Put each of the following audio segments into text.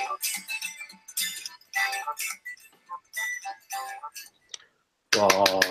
わ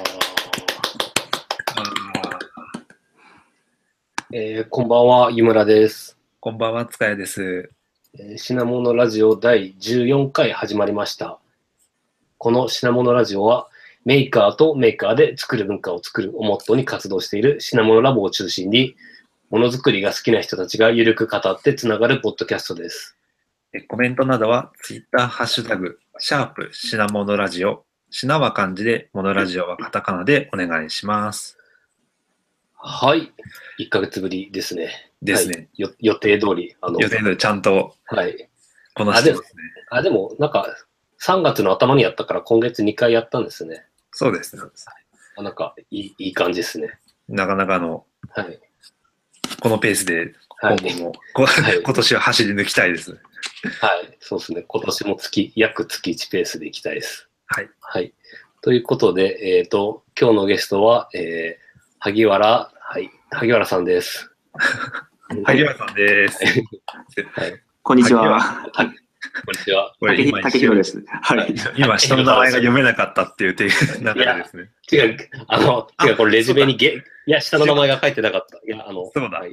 こんばんは、湯村です。 こんばんは、塚谷です。 品物ラジオ第14回始まりました。この品物ラジオは、メーカーとメーカーで作る文化を作るをモットーに活動している品物ラボを中心に、ものづくりが好きな人たちがゆるく語ってつながるポッドキャストです。 コメントなどは、ツイッターハッシュタグ、#品物ラジオ、品は漢字で、モノラジオはカタカナでお願いします。 はい、1ヶ月ぶりですね。 ですね。 はい、予定通り。 予定通りちゃんとこなしてますね。 でも、なんか、3月の頭にやったから今月2回やったんですね。 そうですね。 なんかいい感じですね。 なかなかの、 はい、 このペースで今後も、今年は走り抜きたいです。 はい、そうですね。今年も約月1ペースでいきたいです。 はい。 はい。ということで、今日のゲストは、萩原さんです。 萩原さんです。 はい。 こんにちは。 こんにちは。 竹弘です。はい。 今、人の名前が読めなかったっていう流れですね。 違う、これレジュメに下の名前が書いてなかった。 そうだ。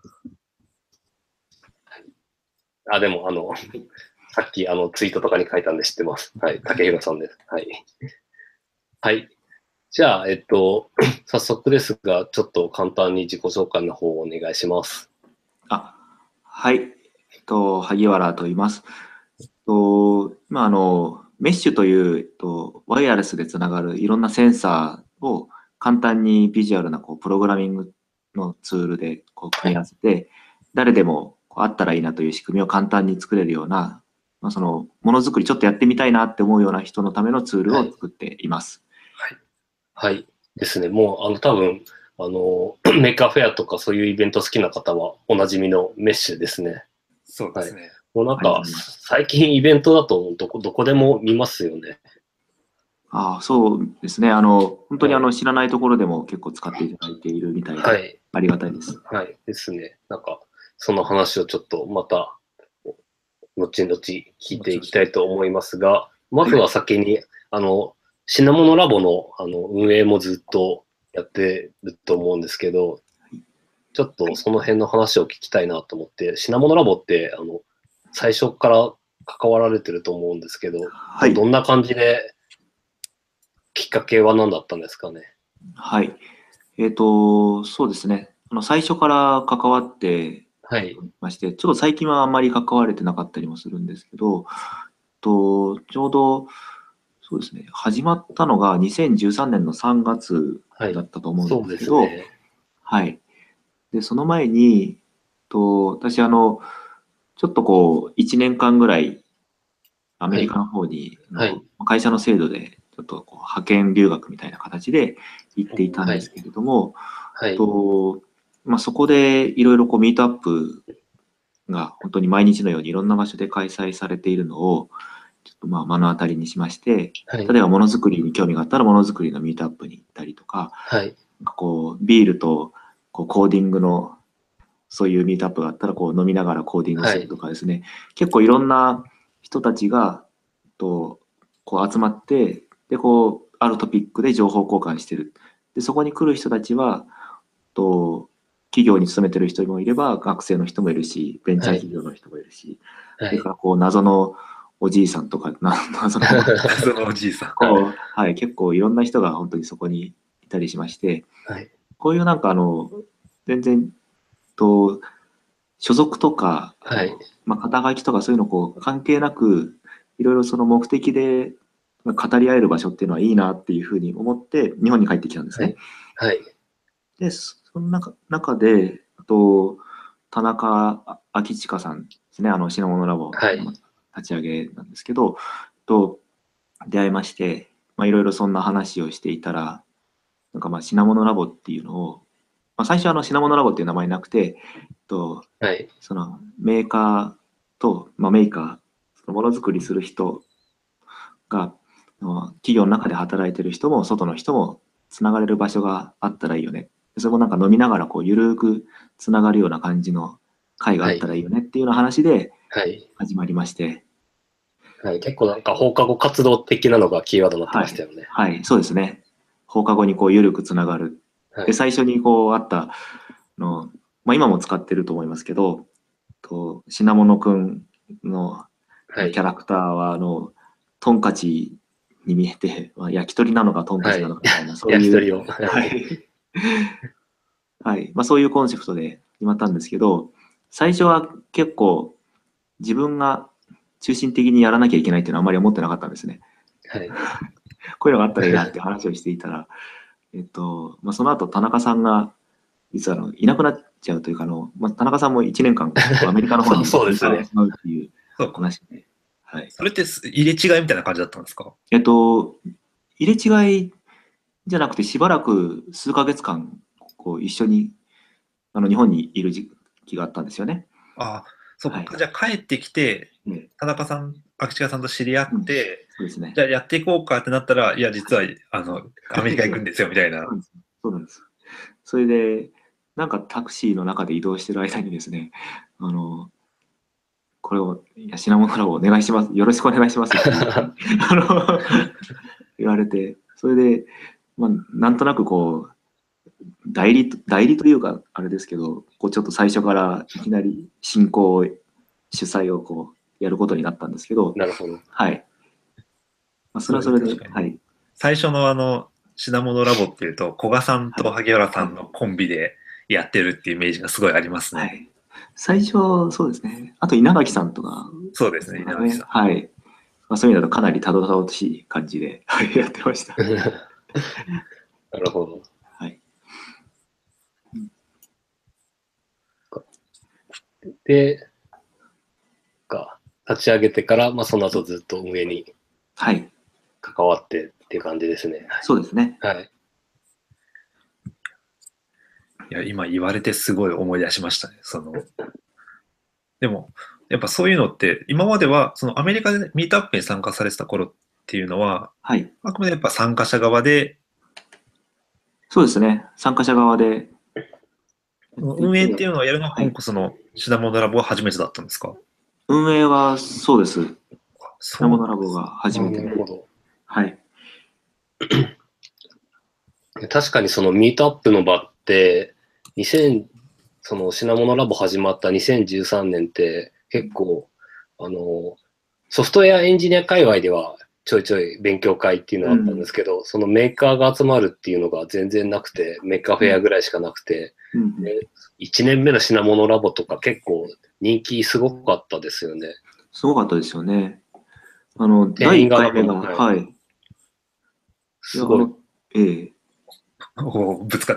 でも、さっきツイートとかに書いたんで知ってます。はい。竹弘さんです。はい。はい。じゃあ、早速ですが、ちょっと簡単に自己紹介の方をお願いします。 はい。萩原と言います。今、メッシュという、ワイヤレスでつながるいろんなセンサーを簡単にビジュアルなプログラミングのツールで組み合わせて、誰でもあったらいいなという仕組みを簡単に作れるような、そのものづくりちょっとやってみたいなって思うような人のためのツールを作っています。 はいですね。もう多分メーカーフェアとかそういうイベント好きな方はおなじみのメッシュですね。 そうですね。 もうなんか最近イベントだとどこでも見ますよね。 そうですね。本当に知らないところでも結構使っていただいているみたいで、ありがたいです。 はいですね。なんかその話をちょっとまた後々聞いていきたいと思いますが、まずは先に品物ラボの運営もずっとやってると思うんですけど、ちょっとその辺の話を聞きたいなと思って、品物ラボって最初から関わられてると思うんですけど、どんな感じできっかけは何だったんですかね。 はい。そうですね。最初から関わってまして、ちょっと最近はあんまり関われてなかったりもするんですけど、ちょうど、そうですね、始まったのが2013年の3月だったと思うんですけど、はい。で、その前に、私、ちょっと1年間ぐらい、アメリカの方に、会社の制度で、ちょっと派遣留学みたいな形で行っていたんですけれども、そこでいろいろミートアップが本当に毎日のようにいろんな場所で開催されているのを、ちょっと目の当たりにしまして、例えばものづくりに興味があったらものづくりのミートアップに行ったりとか、ビールとコーディングのそういうミートアップがあったら飲みながらコーディングするとかですね、結構いろんな人たちが集まって、であるトピックで情報交換してる。でそこに来る人たちは企業に勤めてる人もいれば学生の人もいるし、ベンチャー企業の人もいるし、それから謎のおじいさんとか謎のおじいさん結構いろんな人が本当にそこにいたりしまして、こういうなんか全然所属とか、肩書きとかそういうの関係なく、いろいろその目的で語り合える場所っていうのはいいなっていうふうに思って日本に帰ってきたんですね。で、その中で、田中明親さんですね、品物ラボの立ち上げなんですけど、出会いまして、いろいろそんな話をしていたら、なんか品物ラボっていうのを、最初は品物ラボっていう名前なくて、そのメーカーと、メーカー、ものづくりする人が、企業の中で働いてる人も外の人もつながれる場所があったらいいよね。それもなんか飲みながらゆるくつながるような感じの会があったらいいよねっていうような話で始まりまして、 はい、結構なんか放課後活動的なのがキーワードになってましたよね。 はい、はい、そうですね。放課後にこう緩くつながる。 はい、 で、最初にこうあったの、まあ、今も使ってると思いますけど、品物くんのキャラクターは、トンカチに見えて、まあ、焼き鳥なのかトンカチなのかみたいな、そういう。 焼き鳥を。 はい。はい。まあ、そういうコンセプトで決まったんですけど、最初は結構自分が中心的にやらなきゃいけないっていうのはあんまり思ってなかったんですね。 はい。 こういうのがあったらいいなって話をしていたら、まあ、その後田中さんが実はいなくなっちゃうというか、まあ、田中さんも1年間アメリカの方にそうですね。 しまうっていう話で。はい。 それって入れ違いみたいな感じだったんですか？ 入れ違いじゃなくてしばらく数ヶ月間こう一緒に日本にいる時期があったんですよね。 ああ、そうか、 はい、 じゃあ帰ってきて、田中さん、秋近さんと知り合って、 そうですね、 じゃあやっていこうかってなったら、いや、実はアメリカ行くんですよみたいな。 そうなんです。それで、なんかタクシーの中で移動してる間にですね、これを、品物ラボお願いします、よろしくお願いしますって言われて、それで、まあ、なんとなくこう、代理というか、あれですけど、こうちょっと最初からいきなり進行主催をこうやることになったんですけど、 なるほど。 はい。まあ、それはそれで、はい。 最初の品物ラボっていうと、古賀さんと萩原さんのコンビでやってるっていうイメージがすごいありますね。はい、 最初、そうですね。あと稲垣さんとか、 そうですね、稲垣さん。 はい。まあ、そういう意味だとかなりたどたどしい感じでやってました。 なるほど。 はい。 で、立ち上げてから、まあ、その後ずっと運営に関わってっていう感じですね。 はい、そうですね。 はい。 いや、今言われてすごい思い出しましたね。でも、やっぱそういうのって、今までは、アメリカでミートアップに参加されてた頃っていうのは、 はい。 あくまでやっぱ参加者側で、 そうですね。参加者側で。 運営っていうのをやるのは、本こその品物ラボは初めてだったんですか？ 運営はそうです。品物ラボが初めて。 なるほど。 はい。 確かにそのミートアップの場って、その品物ラボ始まった2013年って結構、ソフトウェアエンジニア界隈ではちょいちょい勉強会っていうのがあったんですけど、そのメーカーが集まるっていうのが全然なくて、メーカーフェアぐらいしかなくて、1年目の品物ラボとか結構人気すごかったですよね。 すごかったですよね。第1回目が、はい。 すごい。 ぶつかった。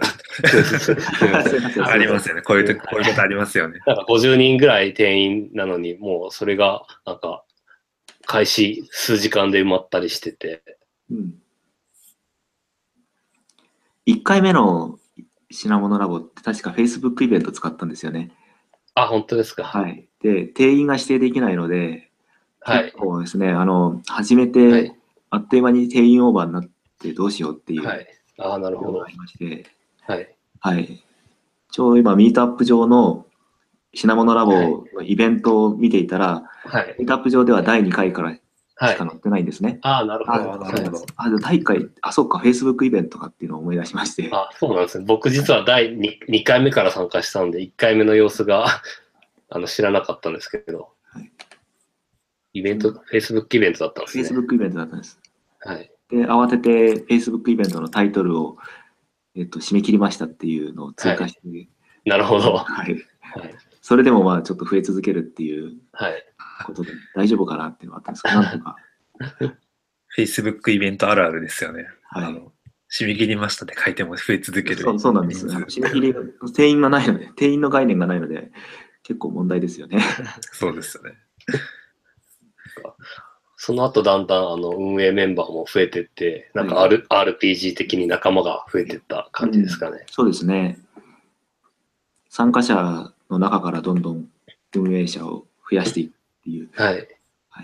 ありますよね。こういうことありますよね。 なんか50人ぐらい定員なのに、もうそれがなんか開始数時間で埋まったりしてて。 1回目の品物ラボって確か Facebook イベント使ったんですよね。 あ、本当ですか。 はい。で、定員が指定できないので、結構ですね、始めて、 はい、 あっという間に定員オーバーになってどうしようっていう。 はい。ああ、なるほど。 ありまして、 はい。 はい。ちょうど今、ミートアップ上の品物ラボのイベントを見ていたら、 はい、 ミートアップ上では第2回からしか載ってないんですね。 ああ、なるほど。 第1回、そうか、Facebook イベントかっていうのを思い出しまして。 あ、そうなんですね。僕実は第 2回目から参加したんで、1回目の様子が知らなかったんですけど、イベント、Facebook イベントだったんですね。 Facebook イベントだったんです。 はい。 で、慌てて Facebook イベントのタイトルを、締め切りましたっていうのを追加して、 なるほど。 はい。それでもまあちょっと増え続けるっていうことで、大丈夫かなっていうのがあったんですけど、なんとか。 Facebook イベントあるあるですよね。はい。締め切りましたって書いても増え続ける。 そうなんです。締め切り、定員がないので、定員の概念がないので、結構問題ですよね。 そうですよね。 その後だんだん運営メンバーも増えてって、なんか、RPG 的に仲間が増えてった感じですかね。 そうですね。参加者の中からどんどん運営者を増やしていくっていう。 はい。はい。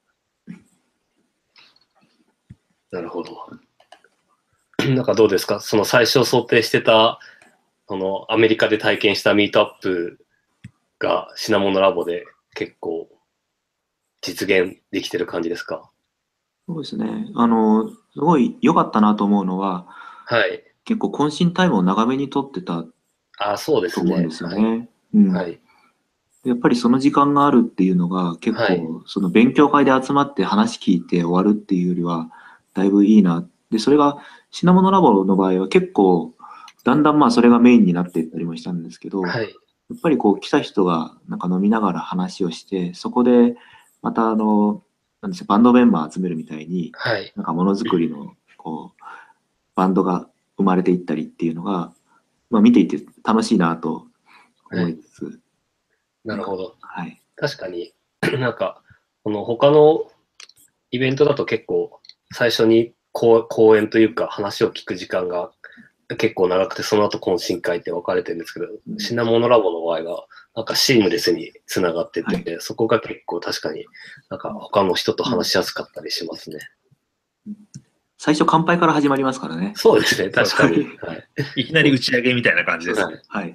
なるほど。なんかどうですか、その最初想定してた、アメリカで体験したミートアップが品物ラボで結構実現できてる感じですか？ そうですね。すごい良かったなと思うのは、 はい。 結構懇親タイムを長めに取ってたそうですね。 と思うんですよね。うん。 はい。 やっぱりその時間があるっていうのが結はい。 構その勉強会で集まって話聞いて終わるっていうよりはだいぶいいな。で、それが品物ラボの場合は結構だんだんまあそれがメインになっていったりもしたんですけど、 はい。 やっぱりこう来た人がなんか飲みながら話をして、そこでまたなんですか、バンドメンバー集めるみたいに、 はい。 なんかものづくりのこうバンドが生まれていったりっていうのが、まあ、見ていて楽しいなと思いつつ、 なるほど。 はい。 確かに、なんか、この他のイベントだと結構、最初に講演というか話を聞く時間が結構長くて、その後懇親会って分かれてるんですけど、品物ラボの場合は、なんかシームレスにつながってて、そこが結構確かになんか他の人と話しやすかったりしますね。 最初乾杯から始まりますからね。 そうですね、確かに。 はい、いきなり打ち上げみたいな感じですね。 はい。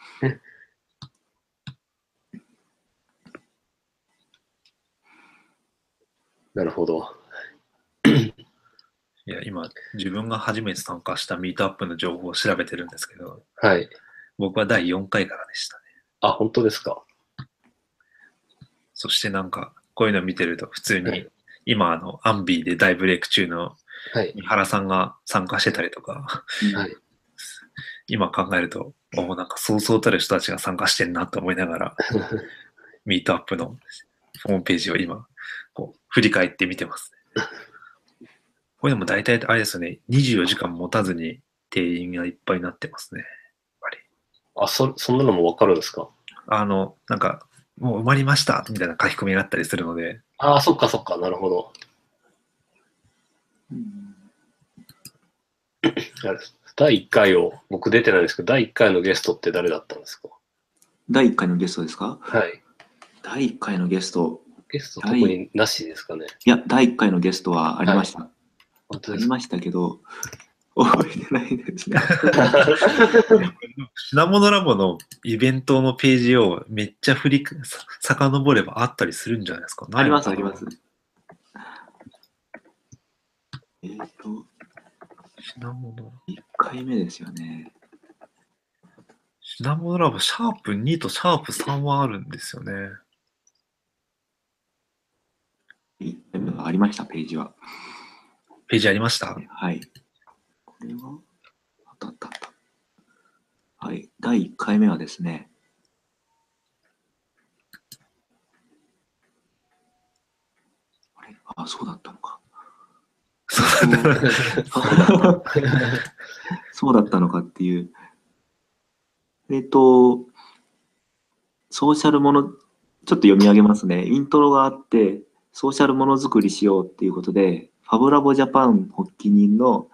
なるほど。 いや、今、自分が初めて参加したミートアップの情報を調べてるんですけど、 はい。 僕は第4回からでしたね。 本当ですか。 そしてなんか、こういうのを見てると、普通に、今、アンビーで大ブレイク中の三原さんが参加してたりとか、 はい、 今考えると、なんかそうそうたる人たちが参加してんなと思いながら、ミートアップのホームページを今、こう振り返って見てますね。これでも大体あれですよね、24時間持たずに定員がいっぱいになってますね。やっぱり。そんなのもわかるんですか？ なんか、もう埋まりましたみたいな書き込みがあったりするので。 そっかそっか、なるほど。第1回を、僕出てないんですけど、第1回のゲストって誰だったんですか？ 第1回のゲストですか？ はい。 第1回のゲスト。 ゲスト特になしですかね？ いや、第1回のゲストはありました。 ありましたけど、覚えてないですね。 品物ラボのイベントのページをめっちゃ遡ればあったりするんじゃないですか？ あります、あります。 品物 1回目ですよね。 品物ラボ、シャープ2とシャープ3はあるんですよね。 ありました、ページは。 ページありました？ はい。これはあった。はい。第1回目はですね、そうだったのか。そうだったのかっていう。ソーシャルもの、ちょっと読み上げますね。イントロがあって、ソーシャルものづくりしようっていうことで、ファブラボジャパン発起人の、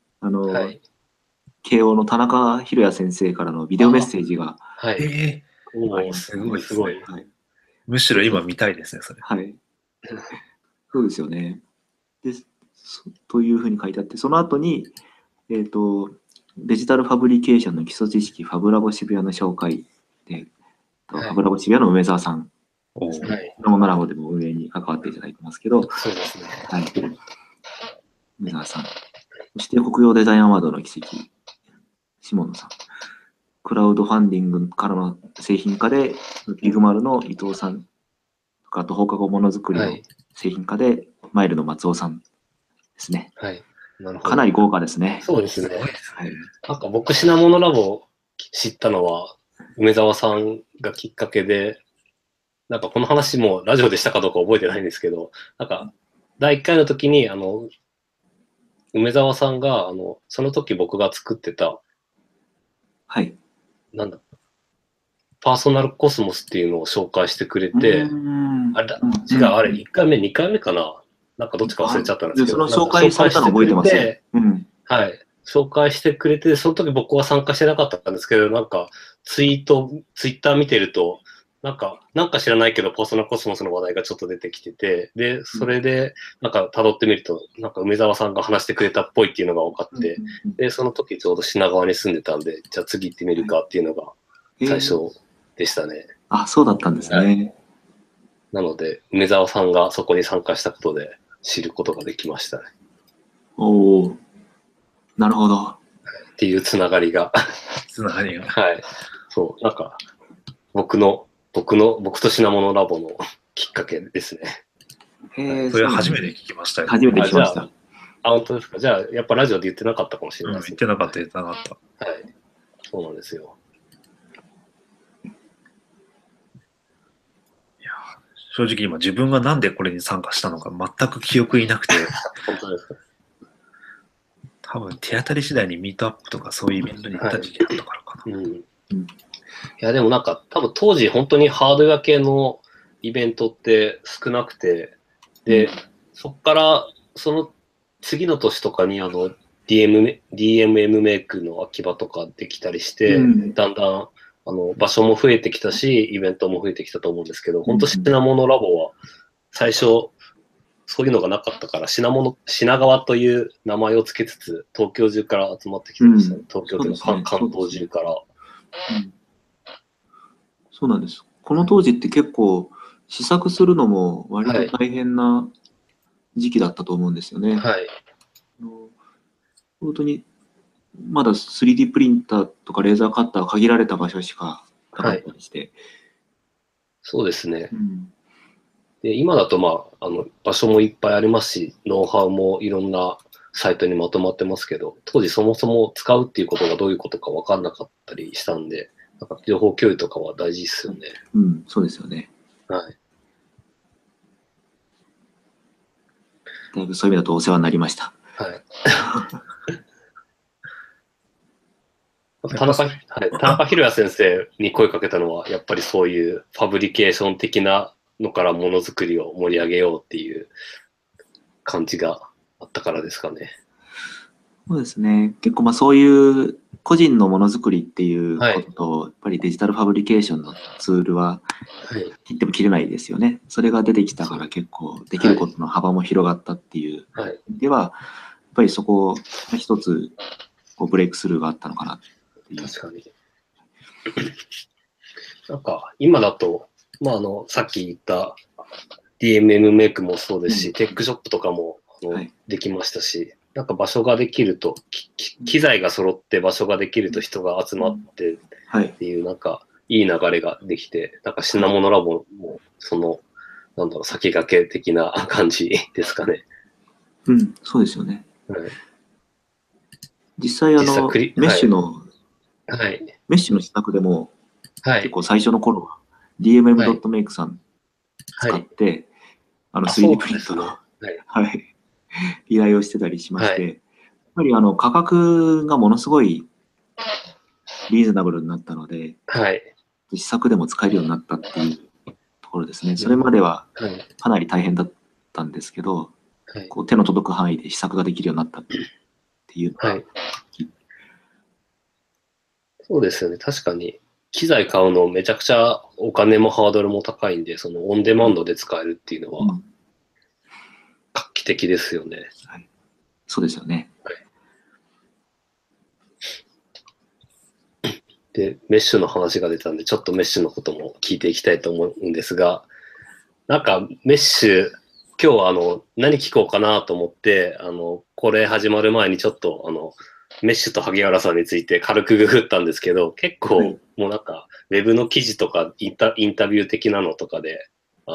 慶応の田中宏也先生からのビデオメッセージが。 はい。 すごい、すごい。はい、むしろ今見たいですね、それ。 はい。そうですよね。というふうに書いてあって、その後に、デジタルファブリケーションの基礎知識、ファブラボ渋谷の紹介で、ファブラボ渋谷の梅澤さんですね。品物ラボでも運営に関わっていただいてますけど、 そうですね。 はい。梅澤さん。そして国用デザインアワードの奇跡、下野さん。クラウドファンディングからの製品化で、ビグマルの伊藤さん。あと放課後ものづくりの製品化で、マイルの松尾さんですね。 はい。なるほど。 かなり豪華ですね。 そうですね。はい。なんか僕、品物ラボ知ったのは、梅澤さんがきっかけで、なんかこの話もラジオでしたかどうか覚えてないんですけど、なんか、第1回の時に、梅澤さんが、その時僕が作ってた、 はい。 パーソナルコスモスっていうのを紹介してくれて、違う、あれ、1回目、2回目かな、なんかどっちか忘れちゃったんですけど、 その紹介されたの覚えてますね。 はい。紹介してくれて、その時僕は参加してなかったんですけど、なんかツイッター見てると、なんか知らないけど、パーソナルコスモスの話題がちょっと出てきてて、で、それで、なんか辿ってみると、なんか梅澤さんが話してくれたっぽいっていうのが分かって、で、その時ちょうど品川に住んでたんで、じゃあ次行ってみるかっていうのが最初でしたね。 そうだったんですね。 なので、梅沢さんがそこに参加したことで知ることができましたね。 おお、なるほど。 っていうつながりが。 つながりが。 はい。そう、なんか、僕と品物ラボのきっかけですね。 それは初めて聞きましたよ。 初めて聞きました。 本当ですか。じゃあ、やっぱラジオで言ってなかったかもしれないですね。 言ってなかった。はい。 そうなんですよ。 正直今自分がなんでこれに参加したのか全く記憶になくて。 本当ですか。 多分手当たり次第にミートアップとかそういうイベントに行った時期だったからかな。 いや、でもなんか多分当時本当にハードウェア系のイベントって少なくて、で、そっからその次の年とかにDMM メイクの秋葉とかできたりして、だんだん場所も増えてきたし、イベントも増えてきたと思うんですけど、本当品物ラボは最初、そういうのがなかったから、品川という名前をつけつつ、東京中から集まってきてましたね。東京というか、関東中から。 そうなんです。この当時って結構、試作するのも割と大変な時期だったと思うんですよね。 はい。 本当に、まだ 3D プリンターとかレーザーカッターは限られた場所しかなかったりして。 そうですね。で今だと、場所もいっぱいありますし、ノウハウもいろんなサイトにまとまってますけど、当時そもそも使うっていうことがどういうことか分かんなかったりしたんで、なんか情報共有とかは大事ですよね。 そうですよね。 はい。 だいぶそういう意味だとお世話になりました。 はい。田中宏也先生に声かけたのは、やっぱりそういうファブリケーション的なのからものづくりを盛り上げようっていう感じがあったからですかね。 そうですね。結構そういう個人のものづくりっていうことと、やっぱりデジタルファブリケーションのツールは切っても切れないですよね。それが出てきたから結構できることの幅も広がったっていう意味では、やっぱりそこが一つブレイクスルーがあったのかなっていう。 確かに。なんか今だと、さっき言った DMM メイクもそうですし、テックショップとかもできましたし、なんか場所ができると、機材が揃って場所ができると人が集まってっていう、なんかいい流れができて、なんか品物ラボも先駆け的な感じですかね。 そうですよね。実際メッシュの試作でも、結構最初の頃は DMM.make さん使って、3D プリントの依頼をしてたりしまして、やっぱり価格がものすごいリーズナブルになったので、試作でも使えるようになったっていうところですね。それまではかなり大変だったんですけど、手の届く範囲で試作ができるようになったっていうのが、 そうですよね。確かに機材買うのめちゃくちゃお金もハードルも高いんで、そのオンデマンドで使えるっていうのは画期的ですよね。 そうですよね。 で、メッシュの話が出たんで、ちょっとメッシュのことも聞いていきたいと思うんですが、なんかメッシュ、今日は何聞こうかなと思って、これ始まる前にちょっとメッシュと萩原さんについて軽くググったんですけど、結構もうなんかウェブの記事とかインタビュー的なのとかで、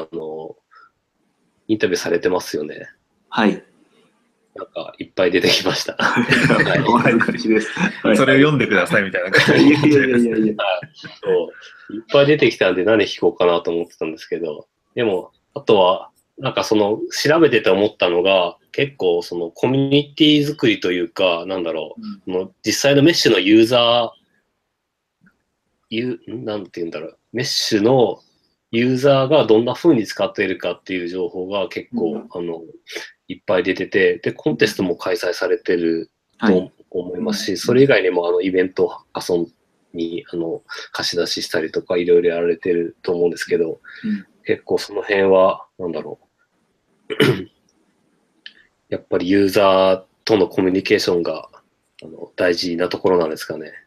インタビューされてますよね。 はい。 なんかいっぱい出てきました。 お恥ずかしいです。 それを読んでくださいみたいな感じで。 いや。 いっぱい出てきたんで何聞こうかなと思ってたんですけど、でも、あとは、なんか調べてて思ったのが、結構コミュニティ作りというか、実際のメッシュのユーザー、なんて言うんだろう、メッシュのユーザーがどんな風に使っているかっていう情報が結構、いっぱい出てて、で、コンテストも開催されてると思いますし、それ以外にもイベント、ハッカソンに貸し出ししたりとかいろいろやられてると思うんですけど、結構その辺は、やっぱりユーザーとのコミュニケーションが大事なところなんですかね。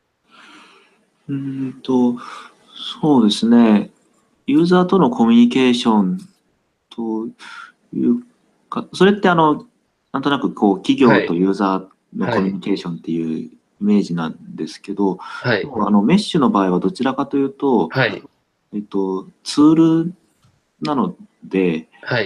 そうですね。ユーザーとのコミュニケーションというか、それってなんとなくこう企業とユーザーのコミュニケーションっていうイメージなんですけど、 はい。 メッシュの場合はどちらかというと、 はい。 ツールなので、 はい。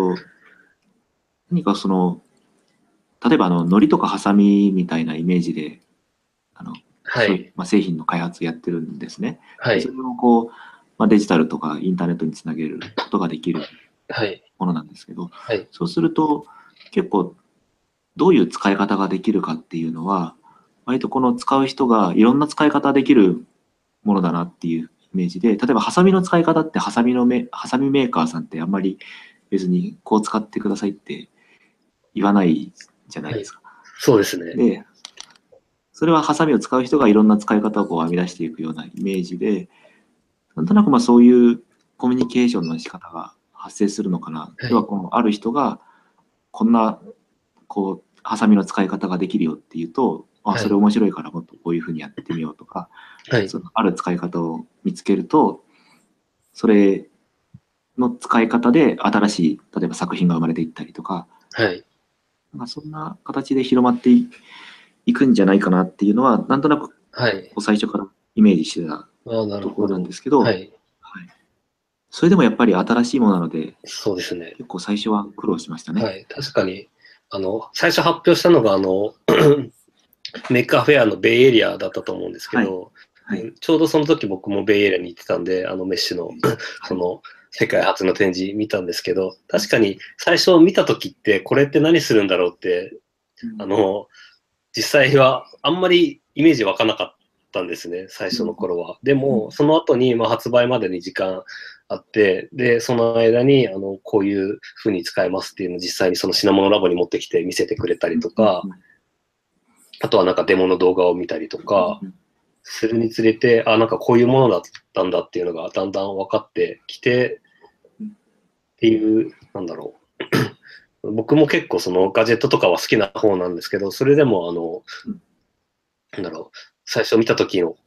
何か例えば糊とかハサミみたいなイメージで、 はい。 そういう、製品の開発やってるんですね。 はい。 それをこう、デジタルとかインターネットにつなげることができるはい。 ものなんですけど、 はい。 そうすると結構どういう使い方ができるかっていうのは、割とこの使う人がいろんな使い方できるものだなっていうイメージで、例えばハサミの使い方ってハサミメーカーさんってあんまり別にこう使ってくださいって言わないじゃないですか。 そうですね。 で、それはハサミを使う人がいろんな使い方をこう編み出していくようなイメージで、なんとなくそういうコミュニケーションの仕方が発生するのかな。要はこのある人がこんなこうハサミの使い方ができるよっていうと、それ面白いからもっとこういうふうにやってみようとか、そのある使い方を見つけると、それの使い方で新しい例えば作品が生まれていったりとか、そんな形で広まっていくんじゃないかなっていうのはなんとなく最初からイメージしてたところなんですけど、それでもやっぱり新しいものなので、 そうですね。 結構最初は苦労しましたね。 はい、確かに最初発表したのがメッカフェアのベイエリアだったと思うんですけど、ちょうどその時僕もベイエリアに行ってたんで、メッシュのその世界初の展示見たんですけど、確かに最初見た時ってこれって何するんだろうって、実際はあんまりイメージ湧かなかったんですね、最初の頃は。でも、その後に発売までに時間あって、で、その間にこういう風に使えますっていうのを実際にその品物ラボに持ってきて見せてくれたりとか、あとはなんかデモの動画を見たりとかするにつれて、なんかこういうものだったんだっていうのがだんだん分かってきてっていう、なんだろう。僕も結構そのガジェットとかは好きな方なんですけど、それでもなんだろう、最初見た時の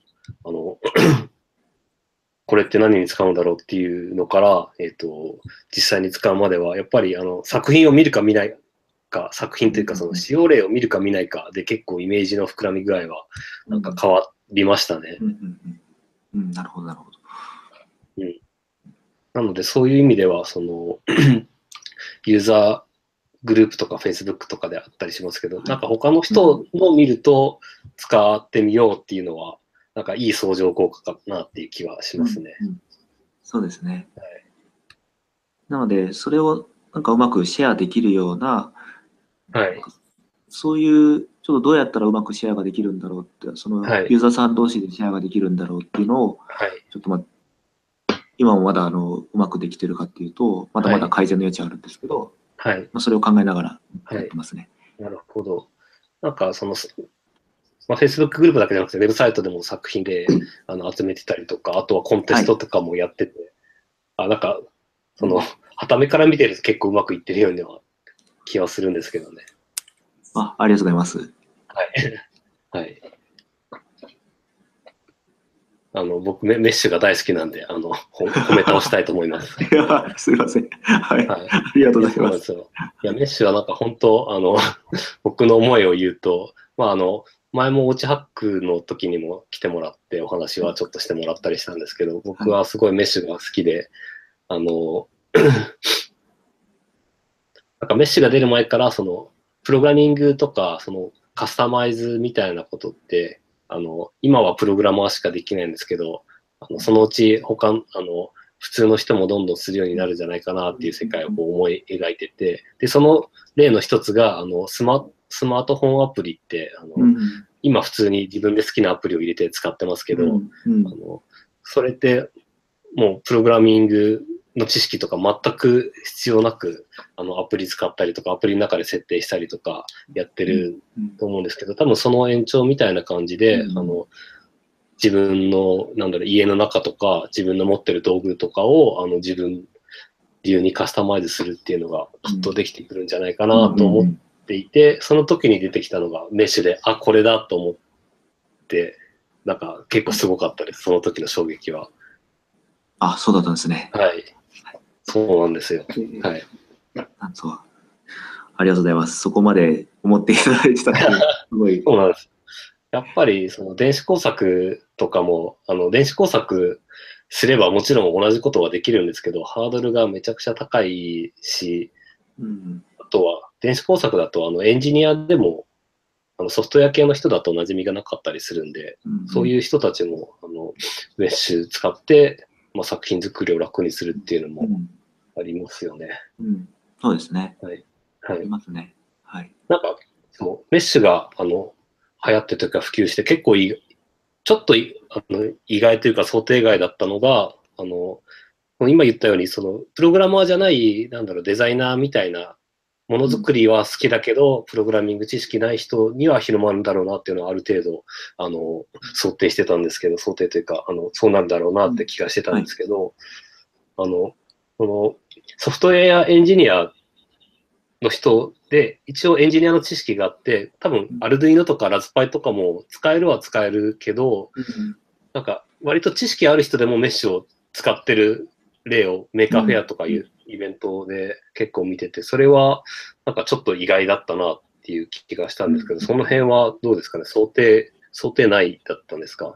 これって何に使うんだろうっていうのから、実際に使うまでは、やっぱり作品を見るか見ないか、作品というかその使用例を見るか見ないかで結構イメージの膨らみ具合はなんか変わりましたね。 なるほど、なるほど。 なのでそういう意味では、そのユーザーグループとか Facebook とかであったりしますけど、なんか他の人の見ると使ってみようっていうのは、なんかいい相乗効果かなっていう気はしますね。 そうですね。なので、それをなんかうまくシェアできるような、そういう、ちょっとどうやったらうまくシェアができるんだろうって、そのユーザーさん同士でシェアができるんだろうっていうのを、ちょっと今もまだうまくできてるかっていうと、まだまだ改善の余地あるんですけど、それを考えながらやってますね。 なるほど。なんかFacebook グループだけじゃなくて、ウェブサイトでも作品で集めてたりとか、あとはコンテストとかもやってて、なんか、傍目から見てると結構うまくいってるような気はするんですけどね。 ありがとうございます。 はい。僕、メッシュが大好きなんで、褒め倒したいと思います。 いや、すいません。ありがとうございます。 いや、メッシュはなんか本当、僕の思いを言うと、前もオチハックの時にも来てもらってお話はちょっとしてもらったりしたんですけど、僕はすごいメッシュが好きで、なんかメッシュが出る前から、プログラミングとか、カスタマイズみたいなことって、今はプログラマーしかできないんですけど、そのうち普通の人もどんどんするようになるんじゃないかなっていう世界を思い描いてて、で、その例の一つが、スマートフォンアプリって、今普通に自分で好きなアプリを入れて使ってますけど、それってもうプログラミングの知識とか全く必要なく、アプリ使ったりとか、アプリの中で設定したりとかやってると思うんですけど、多分その延長みたいな感じで、自分の、家の中とか、自分の持ってる道具とかを、自分流にカスタマイズするっていうのがきっとできてくるんじゃないかなと思っていて、その時に出てきたのがメッシュで、これだと思って、なんか結構すごかったです、その時の衝撃は。 そうだったんですね。 はい。 そうなんですよ。はい。 なんそう。ありがとうございます。そこまで思っていただいてたので、すごい。 そうなんです。やっぱり、その電子工作とかも、電子工作すればもちろん同じことはできるんですけど、ハードルがめちゃくちゃ高いし、あとは、電子工作だと、エンジニアでも、ソフトウェア系の人だと馴染みがなかったりするんで、そういう人たちも、メッシュ使って、作品作りを楽にするっていうのもありますよね。 そうですね。 はい。はい。 ありますね。はい。 なんか、メッシュが、流行ってというか普及して結構ちょっと意外というか想定外だったのが、今言ったように、プログラマーじゃない、デザイナーみたいなものづくりは好きだけど、プログラミング知識ない人には広まるんだろうなっていうのはある程度、想定してたんですけど、想定というか、そうなんだろうなって気がしてたんですけど、ソフトウェアエンジニアの人で、一応エンジニアの知識があって、多分、アルドゥイノとかラズパイとかも使えるは使えるけど、なんか、割と知識ある人でもメッシュを使ってる例をメーカーフェアとかいうイベントで結構見てて、それはなんかちょっと意外だったなっていう気がしたんですけど、その辺はどうですかね、想定内だったんですか？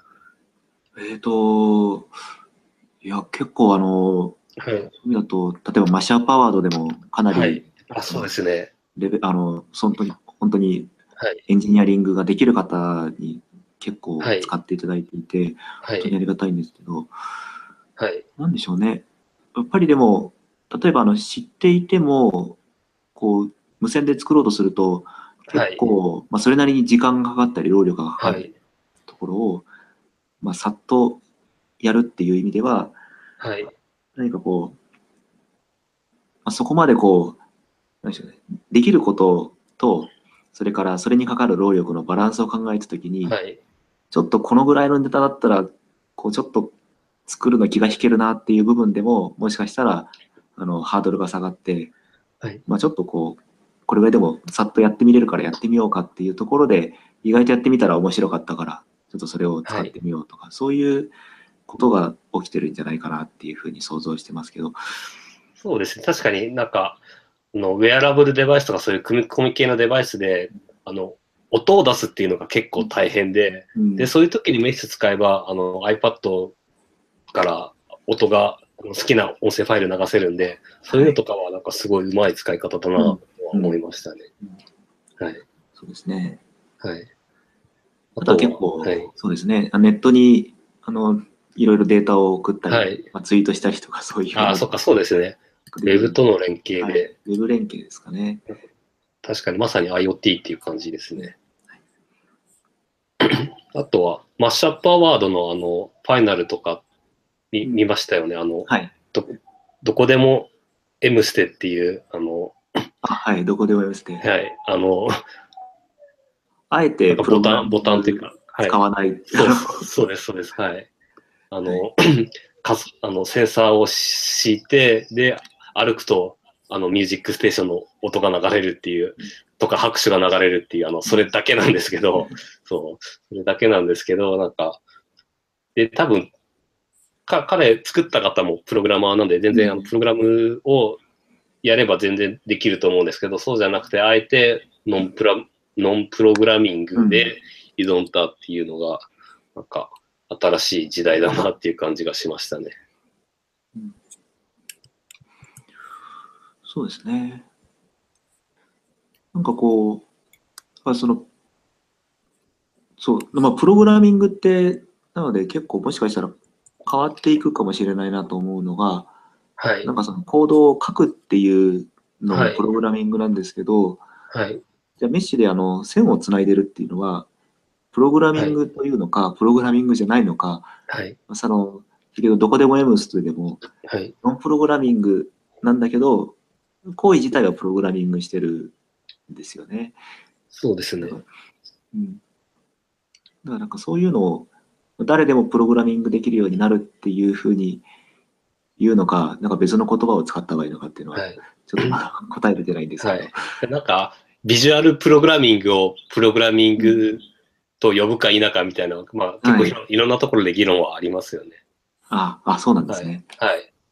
いや、結構はい、だと、例えばマシャーパワードでもかなり、はい、 そうですね。 本当にエンジニアリングができる方に結構使っていただいていて、本当にありがたいんですけど、 はい、 なんでしょうね。やっぱりでも、例えば知っていても、こう、無線で作ろうとすると、結構、それなりに時間がかかったり、労力がかかるところを、さっとやるっていう意味では、何かこう、そこまで何でしょうね、できることと、それからそれにかかる労力のバランスを考えたときに、ちょっとこのぐらいのネタだったら、ちょっと作るの気が引けるなっていう部分でも、もしかしたら、ハードルが下がって、ちょっとこれぐらいでもさっとやってみれるからやってみようかっていうところで、意外とやってみたら面白かったから、ちょっとそれを使ってみようとか、そういうことが起きてるんじゃないかなっていうふうに想像してますけど。 そうですね。確かになんか、ウェアラブルデバイスとかそういう組み込み系のデバイスで、音を出すっていうのが結構大変で、で、そういう時にメッシュ使えば、iPad から音が好きな音声ファイル流せるんで、そういうのとかはなんかすごいうまい使い方だなとは思いましたね。はい。 そうですね。 はい。 あとは結構、そうですね。ネットに、いろいろデータを送ったり、ツイートしたりとかそういう。 そっか、そうですね。ウェブとの連携で。 ウェブ連携ですかね。 確かにまさに IoT っていう感じですね。あとは、マッシュアップアワードのファイナルとか見ましたよね。どこでも M ステっていう、 はい、どこでも M ステ。 はい、 あえてボタンっていうか、 使わない。 そうです、そうです。はい。センサーを敷いて、で、歩くと、ミュージックステーションの音が流れるっていう、とか拍手が流れるっていう、それだけなんですけど、それだけなんですけど、なんか、で、多分、彼作った方もプログラマーなんで、全然プログラムをやれば全然できると思うんですけど、そうじゃなくて、あえてノンプログラミングで挑んだっていうのが、なんか、新しい時代だなっていう感じがしましたね。 そうですね。なんかプログラミングって、なので結構もしかしたら変わっていくかもしれないなと思うのが、なんかコードを書くっていうのもプログラミングなんですけど、じゃあメッシュで線をつないでるっていうのは、プログラミングというのか、プログラミングじゃないのか、先ほどどこでも M ステでも、ノンプログラミングなんだけど、行為自体はプログラミングしてるんですよね。 そうですね。 だからなんかそういうのを誰でもプログラミングできるようになるっていうふうに言うのか、なんか別の言葉を使った方がいいのかっていうのは、ちょっとまだ答え出てないんですけど。 なんか、ビジュアルプログラミングをプログラミングと呼ぶか否かみたいな、結構いろんなところで議論はありますよね。 そうなんですね。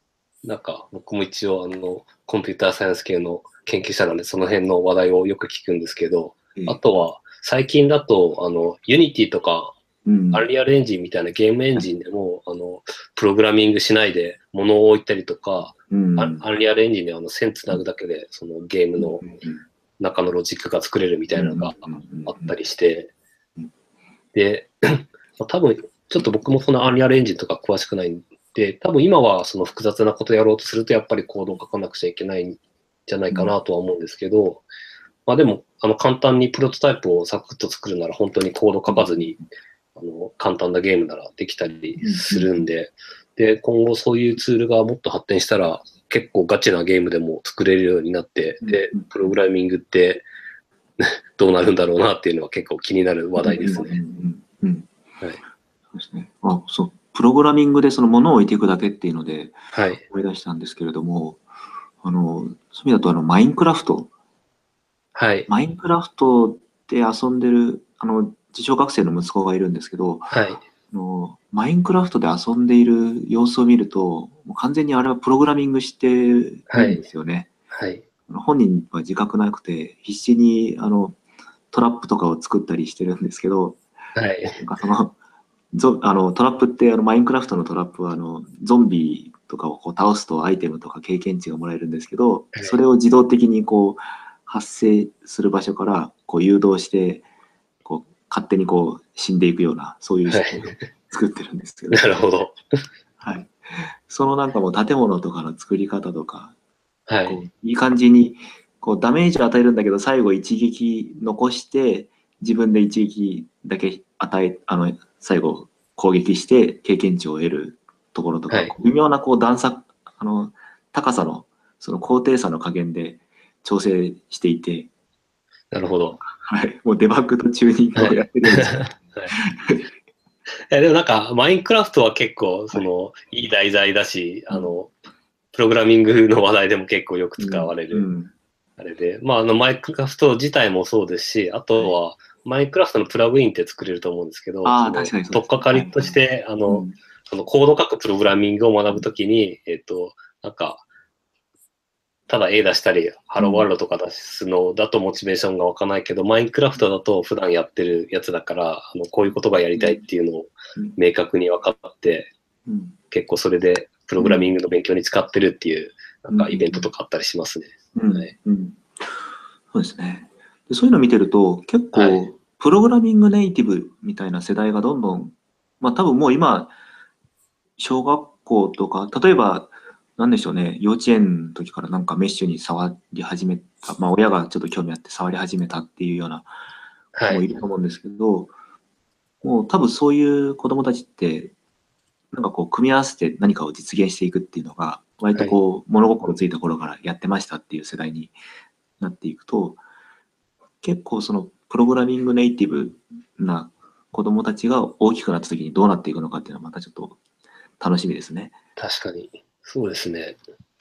なんか僕も一応コンピューターサイエンス系の研究者なんで、その辺の話題をよく聞くんですけど、あとは最近だと、ユニティとか、アンリアルエンジンみたいなゲームエンジンでも、プログラミングしないで物を置いたりとか、アンリアルエンジンで線つなぐだけで、そのゲームの中のロジックが作れるみたいなのがあったりして、で、多分、ちょっと僕もそのアンリアルエンジンとか詳しくないんで、多分今はその複雑なことをやろうとすると、やっぱりコードを書かなくちゃいけないんじゃないかなとは思うんですけど、まあでも、簡単にプロトタイプをサクッと作るなら、本当にコード書かずに、簡単なゲームならできたりするんで、で、今後そういうツールがもっと発展したら、結構ガチなゲームでも作れるようになって、で、プログラミングってどうなるんだろうなっていうのは結構気になる話題ですね。 そうですね。そう。プログラミングでその物を置いていくだけっていうので、思い出したんですけれども、そういう意味だとマインクラフト。マインクラフトで遊んでる、自小学生の息子がいるんですけど、マインクラフトで遊んでいる様子を見ると、もう完全にあれはプログラミングしてるんですよね。本人は自覚なくて、必死にトラップとかを作ったりしてるんですけど、なんかトラップってマインクラフトのトラップはゾンビとかをこう倒すとアイテムとか経験値がもらえるんですけど、それを自動的にこう発生する場所からこう誘導してこう勝手にこう死んでいくようなそういう仕組みを作ってるんですけど、 なるほど。 そのなんかもう建物とかの作り方とか、こういい感じにこうダメージを与えるんだけど最後一撃残して自分で一撃だけ最後攻撃して経験値を得るところとか、微妙なこう段差高さのその高低差の加減で調整していて、 なるほど。 もうデバッグとチューニングをやってるんですよ。 でもなんかマインクラフトは結構いい題材だし、プログラミングの話題でも結構よく使われるあれで、まあマインクラフト自体もそうですし、あとはマインクラフトのプラグインって作れると思うんですけど、取っかかりとしてそのコード書くプログラミングを学ぶときに、なんかただ絵出したり、ハローワールドとか出すのだとモチベーションが湧かないけど、マインクラフトだと普段やってるやつだから、こういうことがやりたいっていうのを明確に分かって、結構それでプログラミングの勉強に使ってるっていう、なんかイベントとかあったりしますね。 そうですね。でそういうのを見てると、結構、プログラミングネイティブみたいな世代がどんどん、まあ多分もう今、小学校とか、例えば、なんでしょうね、幼稚園の時からなんかメッシュに触り始めた、まあ親がちょっと興味あって触り始めたっていうような子もいると思うんですけど、もう多分そういう子供たちって、なんかこう組み合わせて何かを実現していくっていうのが、割とこう物心ついた頃からやってましたっていう世代になっていくと、結構そのプログラミングネイティブな子供たちが大きくなった時にどうなっていくのかっていうのはまたちょっと楽しみですね。 確かに。そうですね。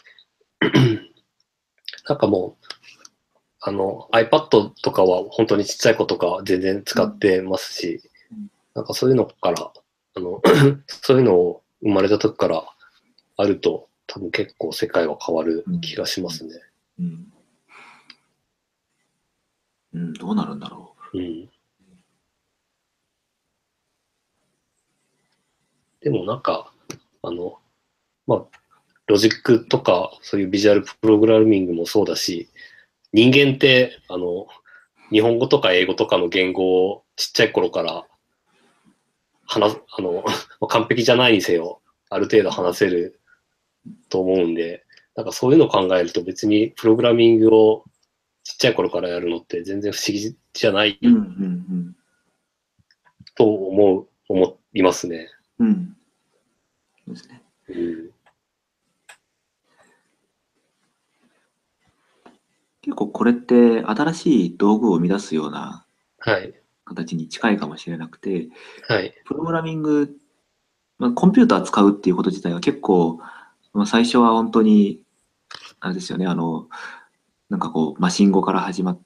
なんかもう、iPad とかは本当にちっちゃい子とか全然使ってますし、なんかそういうのから、そういうのを生まれた時からあると、多分結構世界は変わる気がしますね。 どうなるんだろう。 でもなんか、まあ、ロジックとか、そういうビジュアルプログラミングもそうだし、人間って、日本語とか英語とかの言語をちっちゃい頃から完璧じゃないにせよ、ある程度話せると思うんで、なんかそういうのを考えると別にプログラミングをちっちゃい頃からやるのって全然不思議じゃないと思いますね。 そうですね。結構これって新しい道具を生み出すような形に近いかもしれなくて、プログラミング、コンピューター使うっていうこと自体は結構、最初は本当に、あれですよね、なんかこう、マシン語から始まって、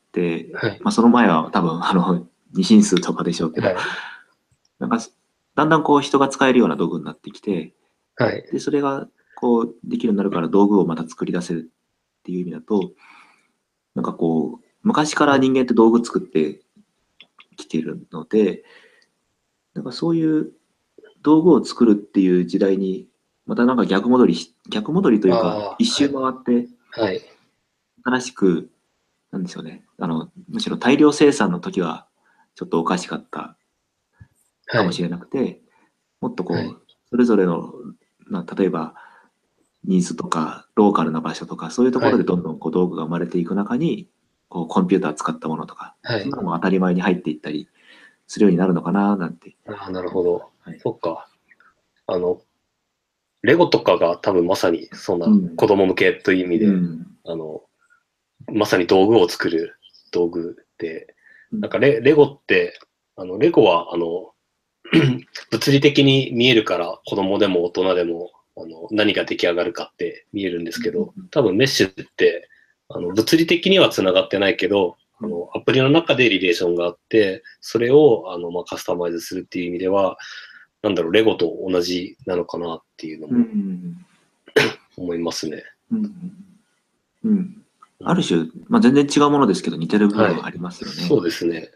その前は多分、二進数とかでしょうけど、なんか、だんだんこう人が使えるような道具になってきて、で、それがこうできるようになるから道具をまた作り出せるっていう意味だと、なんかこう、昔から人間って道具作ってきているので、なんかそういう道具を作るっていう時代に、またなんか逆戻りというか、一周回って、 はい。 新しく、なんでしょうね、むしろ大量生産の時はちょっとおかしかったかもしれなくて、もっとこう、それぞれの、例えば、ニーズとか、ローカルな場所とか、そういうところでどんどんこう道具が生まれていく中に、こうコンピューター使ったものとか、そんなのも当たり前に入っていったりするようになるのかな、なんて。 なるほど。そっか。レゴとかが多分まさにそんな子供向けという意味で、まさに道具を作る道具で、なんかレゴって、レゴは物理的に見えるから子供でも大人でも何が出来上がるかって見えるんですけど、多分メッシュって物理的には繋がってないけど、アプリの中でリレーションがあって、それをカスタマイズするっていう意味では、なんだろう、レゴと同じなのかなっていうのも思いますね。 ある種、全然違うものですけど似てる部分はありますよね。 そうですね。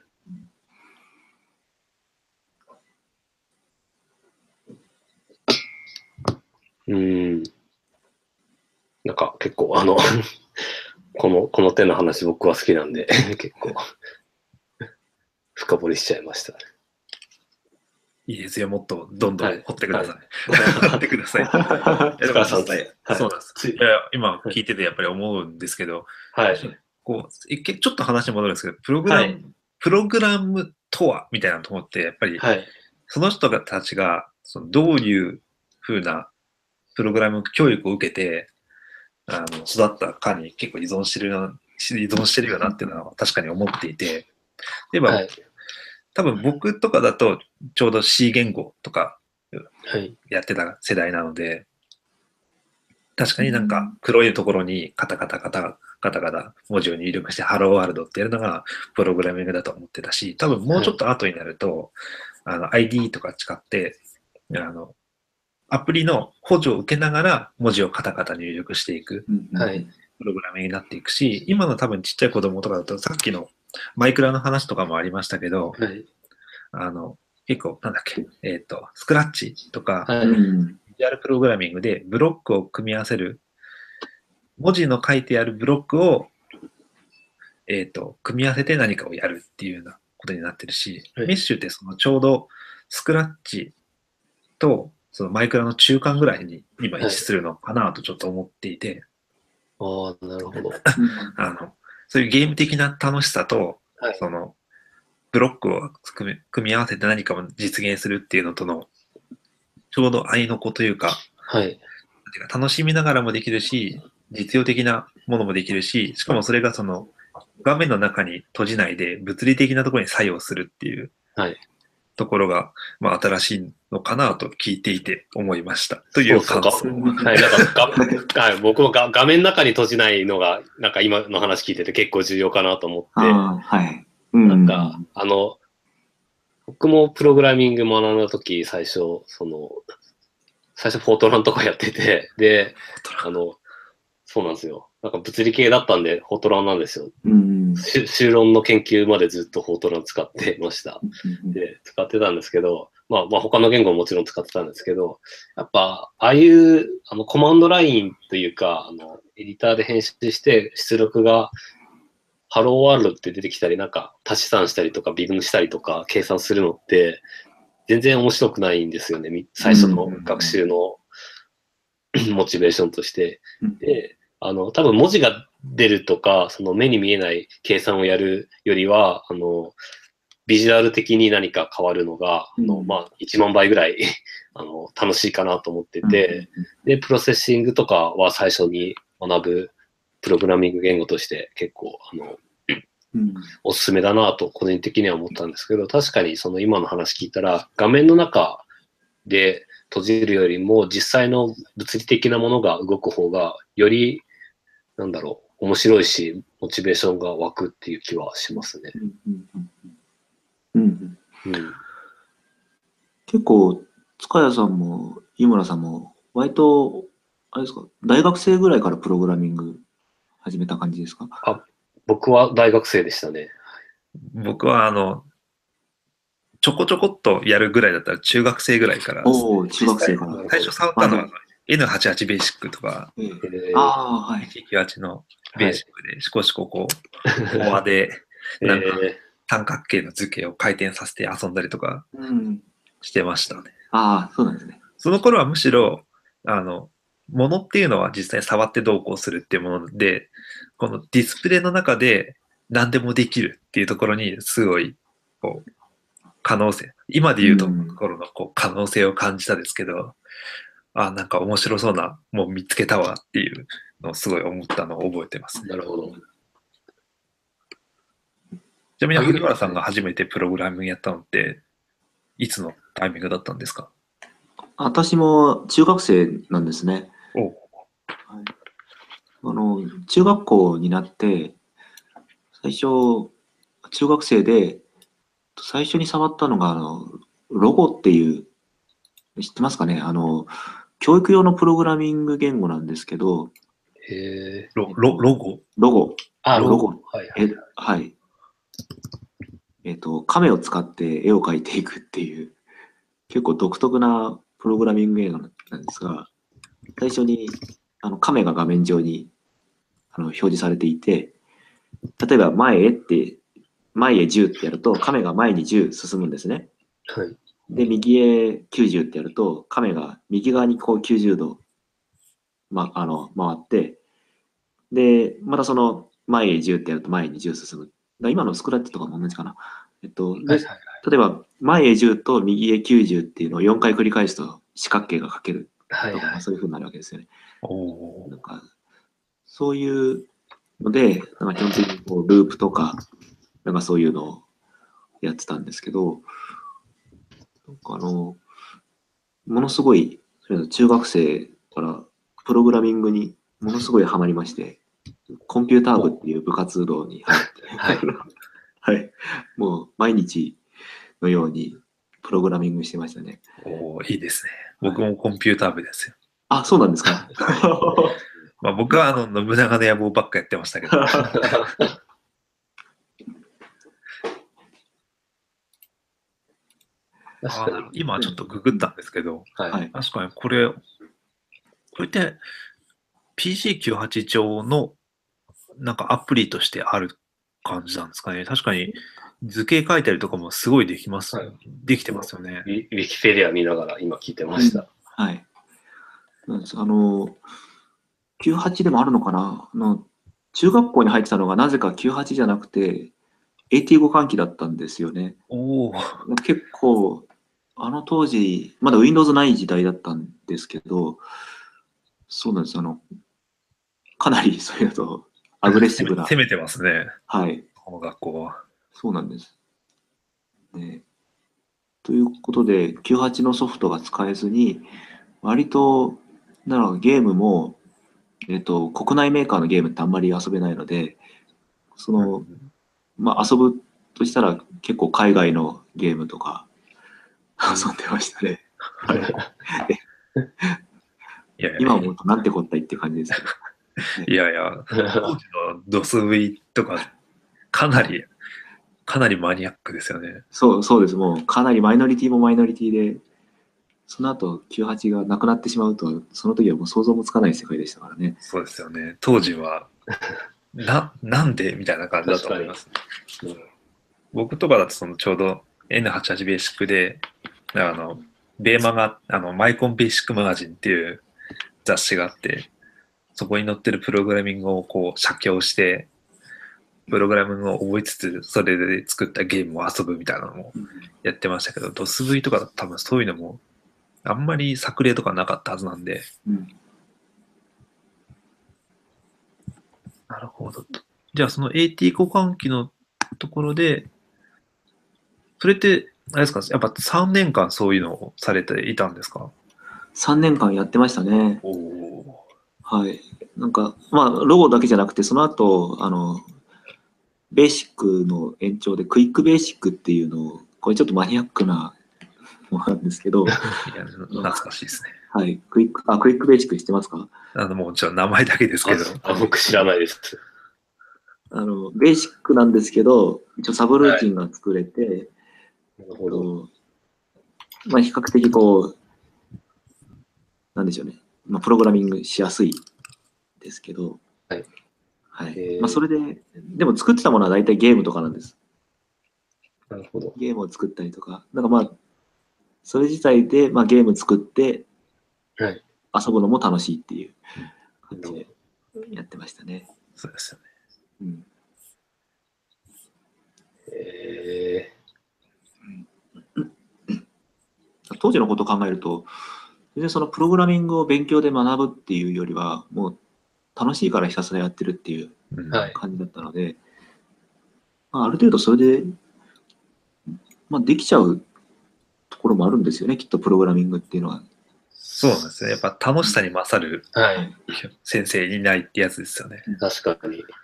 なんか結構この手の話僕は好きなんで結構深掘りしちゃいました。 いいですよ、もっとどんどん掘ってください。掘ってください。 塚さん、 そうなんです。今聞いててやっぱり思うんですけど、こうちょっと話戻るんですけど、プログラムとはみたいなところって、やっぱり、その人たちがどういうふうなプログラム教育を受けて育ったかに結構依存してるようなっていうのは確かに思っていて、例えば、多分僕とかだとちょうど C 言語とかやってた世代なので、確かになんか黒いところにカタカタ文字を入力してハローワールドってやるのがプログラミングだと思ってたし、多分もうちょっと後になると、ID とか使ってアプリの補助を受けながら文字をカタカタ入力していくプログラミングになっていくし、今の多分ちっちゃい子供とかだとさっきのマイクラの話とかもありましたけど、結構なんだっけ、スクラッチとか、ビジュアルプログラミングでブロックを組み合わせる、文字の書いてあるブロックを、組み合わせて何かをやるっていうようなことになってるし、メッシュってちょうどスクラッチとそのマイクラの中間ぐらいに今位置するのかなとちょっと思っていて、 なるほど。 そういうゲーム的な楽しさと、そのブロックを組み合わせて何かを実現するっていうのとのちょうど合いの子というか、楽しみながらもできるし、実用的なものもできるし、しかもそれがその画面の中に閉じないで物理的なところに作用するっていうところが、新しいのかなと聞いていて思いました。という感想。 僕も画面の中に閉じないのが、なんか今の話聞いてて結構重要かなと思って、なんか、僕もプログラミング学んだとき、最初フォートランとかやってて、で、そうなんですよ。なんか物理系だったんで、フォートランなんですよ。修論の研究までずっとフォートラン使ってました。で、使ってたんですけど、他の言語ももちろん使ってたんですけど、やっぱ、ああいう、コマンドラインというか、エディターで編集して、出力が、ハローワールドって出てきたり、なんか足し算したりとか、微分したりとか、計算するのって、全然面白くないんですよね。最初の学習のモチベーションとして。で、多分文字が出るとか、その目に見えない計算をやるよりは、ビジュアル的に何か変わるのが、1万倍ぐらい楽しいかなと思ってて、で、プロセッシングとかは最初に学ぶプログラミング言語として結構、おすすめだなと個人的には思ったんですけど、確かにその今の話聞いたら、画面の中で閉じるよりも実際の物理的なものが動く方が、より、面白いし、モチベーションが湧くっていう気はしますね。 結構、塚谷さんも井村さんも、割とあれですか、大学生ぐらいからプログラミング始めた感じですか？ 僕は大学生でしたね。 僕はちょこちょこっとやるぐらいだったら中学生ぐらいからですね。 おお、中学生から。 最初触ったのは N88 ベーシックとか、 ああ、はい。 198のベーシックで、しこしここう、フォアで、なんか三角形の図形を回転させて遊んだりとかしてましたね。 ああ、そうなんですね。 その頃はむしろ、ものっていうのは実際触ってどうこうするっていうもので、このディスプレイの中で何でもできるっていうところにすごい、こう、可能性、今で言うところのこう可能性を感じたんですけど、なんか面白そうなもう見つけたわっていうのをすごい思ったのを覚えてます。 なるほど。 ちなみに萩原さんが初めてプログラミングやったのっていつのタイミングだったんですか？ 私も中学生なんですね。中学校になって最初中学生で最初に触ったのがロゴっていう知ってますかね？教育用のプログラミング言語なんですけど。 ロゴ。 ロゴ。 ロゴ。 はい。亀を使って絵を描いていくっていう結構独特なプログラミング言語なんですが、最初に亀が画面上に表示されていて、例えば前へ10ってやると亀が前に10進むんですね。 はい。 で、右へ90ってやると亀が右側にこう90度、回って、で、またその前へ10ってやると前に10進む。今のスクラッチとかも同じかな。例えば前へ10と右へ90っていうのを4回繰り返すと四角形が描けるとか、そういうふうになるわけですよね。なんかそういうので、なんか基本的にこうループとか、なんかそういうのをやってたんですけど、なんかものすごい中学生からプログラミングにものすごいハマりまして、コンピューター部っていう部活動に入って、はい、もう毎日のようにプログラミングしてましたね。 いいですね。僕もコンピューター部ですよ。 あ、そうなんですか。 まあ僕は信長の野望ばっかやってましたけど。今ちょっとググったんですけど、確かにこれって PC98 上のなんかアプリとしてある感じなんですかね。確かに図形書いたりとかもすごいできます。できてますよね。 ウィキペディア見ながら今聞いてました。 はい。98でもあるのかな。中学校に入ってたのがなぜか98じゃなくてAT 互換機だったんですよね。結構当時まだ Windows ない時代だったんですけど、そうなんです。かなりそういうとアグレッシブな攻めてますね。 はい。 この学校は。 そうなんです。ね、ということで98のソフトが使えずに割とゲームも国内メーカーのゲームってあんまり遊べないので、遊ぶとしたら結構海外のゲームとか遊んでましたね。今思うとなんてこったいって感じですけど。 いやいや、当時のドス V とかかなりマニアックですよね。 そうです。もうかなりマイノリティもマイノリティで、その後98がなくなってしまうとは、その時はもう想像もつかない世界でしたからね。 そうですよね。当時はなんでみたいな感じだと思います、ね。僕とかだとちょうど N88 ベーシックでベーマがマイコンベーシックマガジンっていう雑誌があって、そこに載ってるプログラミングをこう写経してプログラミングを覚えつつそれで作ったゲームを遊ぶみたいなのもやってましたけど、ドス V とかだと多分そういうのもあんまり作例とかなかったはずなんで、なるほど。じゃあその AT 互換機のところで、それってあれですか、やっぱ3年間そういうのをされていたんですか ？3年間やってましたね。はい。なんかロゴだけじゃなくて、その後ベーシックの延長でクイックベーシックっていうのを、これちょっとマニアックなものなんですけど、 いや懐かしいですね。 はい。クイックベーシック知ってますか？ もちろん名前だけですけど。 僕知らないです。 ベーシックなんですけど、一応サブルーティンが作れて、 なるほど。 まあ、比較的こう、なんでしょうね。まあ、プログラミングしやすいですけど、 はい。 はい。まあ、それで、でも作ってたものは大体ゲームとかなんです。 なるほど。 ゲームを作ったりとか、なんかまあ、それ自体で、まあ、ゲーム作って、 はい。 遊ぶのも楽しいっていう感じでやってましたね。 そうですよね。 うん。当時のことを考えると、全然そのプログラミングを勉強で学ぶっていうよりは、もう楽しいからひたすらやってるっていう感じだったので、まあ、ある程度それで、まあ、できちゃうところもあるんですよね、きっとプログラミングっていうのは。 そうなんですね。やっぱ楽しさに勝るはい。 先生いないってやつですよね。 確かに。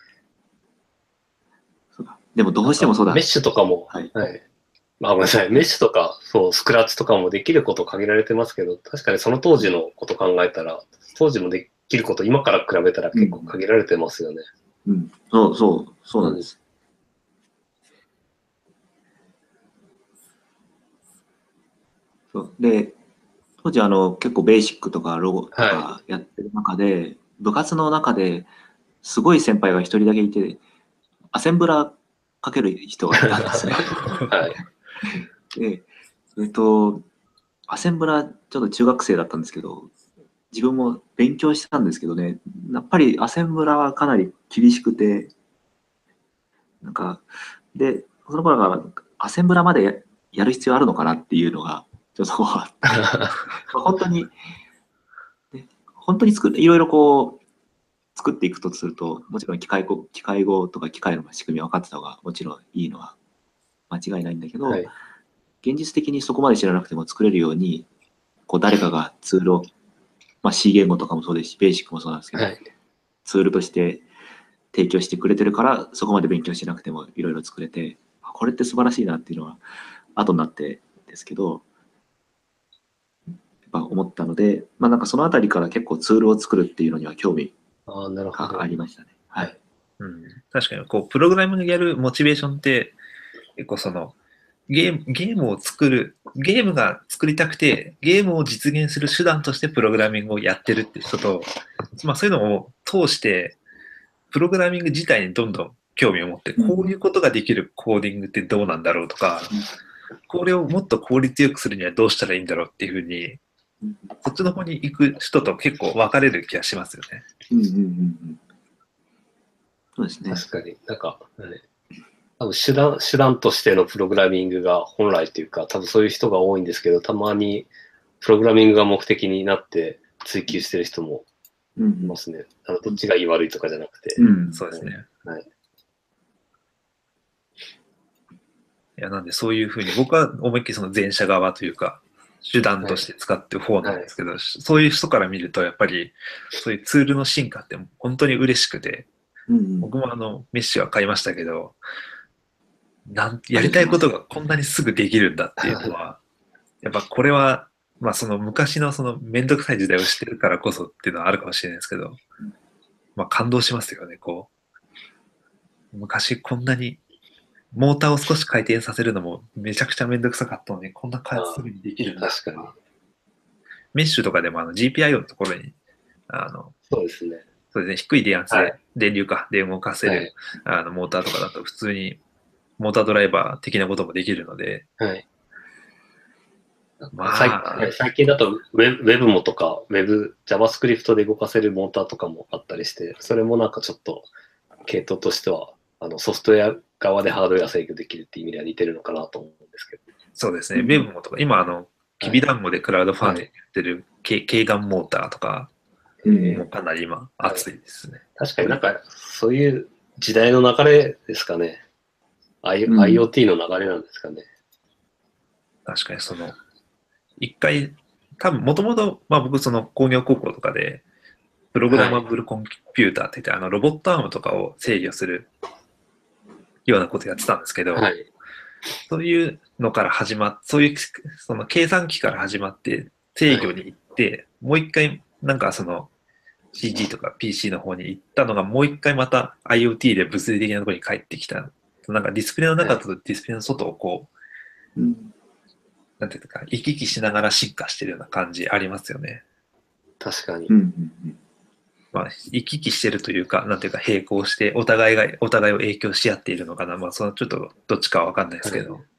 でもどうしてもそうだ。 メッシュとかも、はい。まあ、ごめんなさい。メッシュとか、そう、スクラッチとかもできること限られてますけど、確かにその当時のこと考えたら、当時もできること今から比べたら結構限られてますよね。 うん。そうなんです。そうで、当時結構ベーシックとかロゴとかやってる中で、部活の中ですごい先輩が一人だけいて、アセンブラかける人がいたんですね。 はい。 で、アセンブラちょっと中学生だったんですけど、自分も勉強したんですけどね、やっぱりアセンブラはかなり厳しくて、なんか、で、その頃からアセンブラまでやる必要あるのかなっていうのが、ちょっとあって本当に、本当にいろいろこう、作っていくとすると、もちろん機械語とか機械の仕組み分かってた方がもちろんいいのは間違いないんだけど、 はい、 現実的にそこまで知らなくても作れるように、こう誰かがツールを、まあ、C 言語とかもそうですし、ベーシックもそうなんですけど、ツールとして提供してくれてるから、そこまで勉強しなくてもいろいろ作れて、これって素晴らしいなっていうのは後になってですけど、やっぱ思ったので、まあなんかそのあたりから結構ツールを作るっていうのには興味がありましたね。はい。 確かにこうプログラミングやるモチベーションって結構そのゲームを作る、ゲームが作りたくてゲームを実現する手段としてプログラミングをやってるって人と、まあ、そういうのを通してプログラミング自体にどんどん興味を持って、こういうことができるコーディングってどうなんだろうとか、これをもっと効率よくするにはどうしたらいいんだろうっていうふうに、そっちの方に行く人と結構分かれる気がしますよね。 そうですね。 確かに。なんか、多分手段としてのプログラミングが本来というか、多分そういう人が多いんですけど、たまにプログラミングが目的になって追求してる人もいますね。どっちがいい悪いとかじゃなくて。 そうですね。 はい。 いや、なんでそういうふうに、僕は思いっきりその前者側というか、手段として使ってる方なんですけど、そういう人から見ると、やっぱり、そういうツールの進化って本当に嬉しくて、僕もメッシは買いましたけど、やりたいことがこんなにすぐできるんだっていうのは、やっぱこれは、まあその昔のそのめんどくさい時代を知ってるからこそっていうのはあるかもしれないですけど、まあ感動しますよね、こう。昔こんなにモーターを少し回転させるのもめちゃくちゃめんどくさかったのに、こんな開発すぐにできるんだ。 確かに。 メッシュとかでもGPIO のところに、 そうですね。 そうですね、低い電圧で電流か、電を動かせる、モーターとかだと普通にモータードライバー的なこともできるので、 まあ、最近だとウェブもとか、JavaScript で動かせるモーターとかもあったりして、それもなんかちょっと系統としては、ソフトウェア側でハードウェア制御できるっていう意味では似てるのかなと思うんですけど。 そうですね、ウェブもとか、今きびだんごでクラウドファンディングやってる軽眼モーターとか、もかなり今熱いですね。 確かになんかそういう時代の流れですかね。IoT の流れなんですかね。 確かに一回、多分もともと僕工業高校とかで、プログラマブルコンピューターって言って、ロボットアームとかを制御するようなことやってたんですけど、 そういうのから始まっ、そういうその計算機から始まって制御に行って、もう一回なんかその CG とか PC の方に行ったのがもう一回また IoT で物理的なところに帰ってきた。なんかディスプレイの中とディスプレイの外をこう、なんていうか、行き来しながら進化してるような感じありますよね。 確かに。 まあ、行き来してるというか、なんていうか、並行してお互いを影響し合っているのかな。まあ、そのちょっとどっちかは分かんないですけど。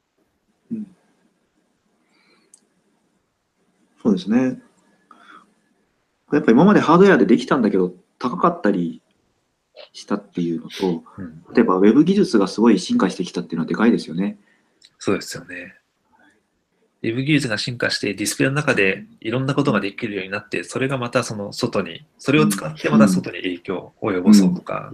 そうですね。やっぱり今までハードウェアでできたんだけど、高かったりしたっていうのと、例えばウェブ技術がすごい進化してきたっていうのはでかいですよね。 そうですよね。ウェブ技術が進化してディスプレイの中でいろんなことができるようになって、それがまたその外に、それを使ってまた外に影響を及ぼそうとか。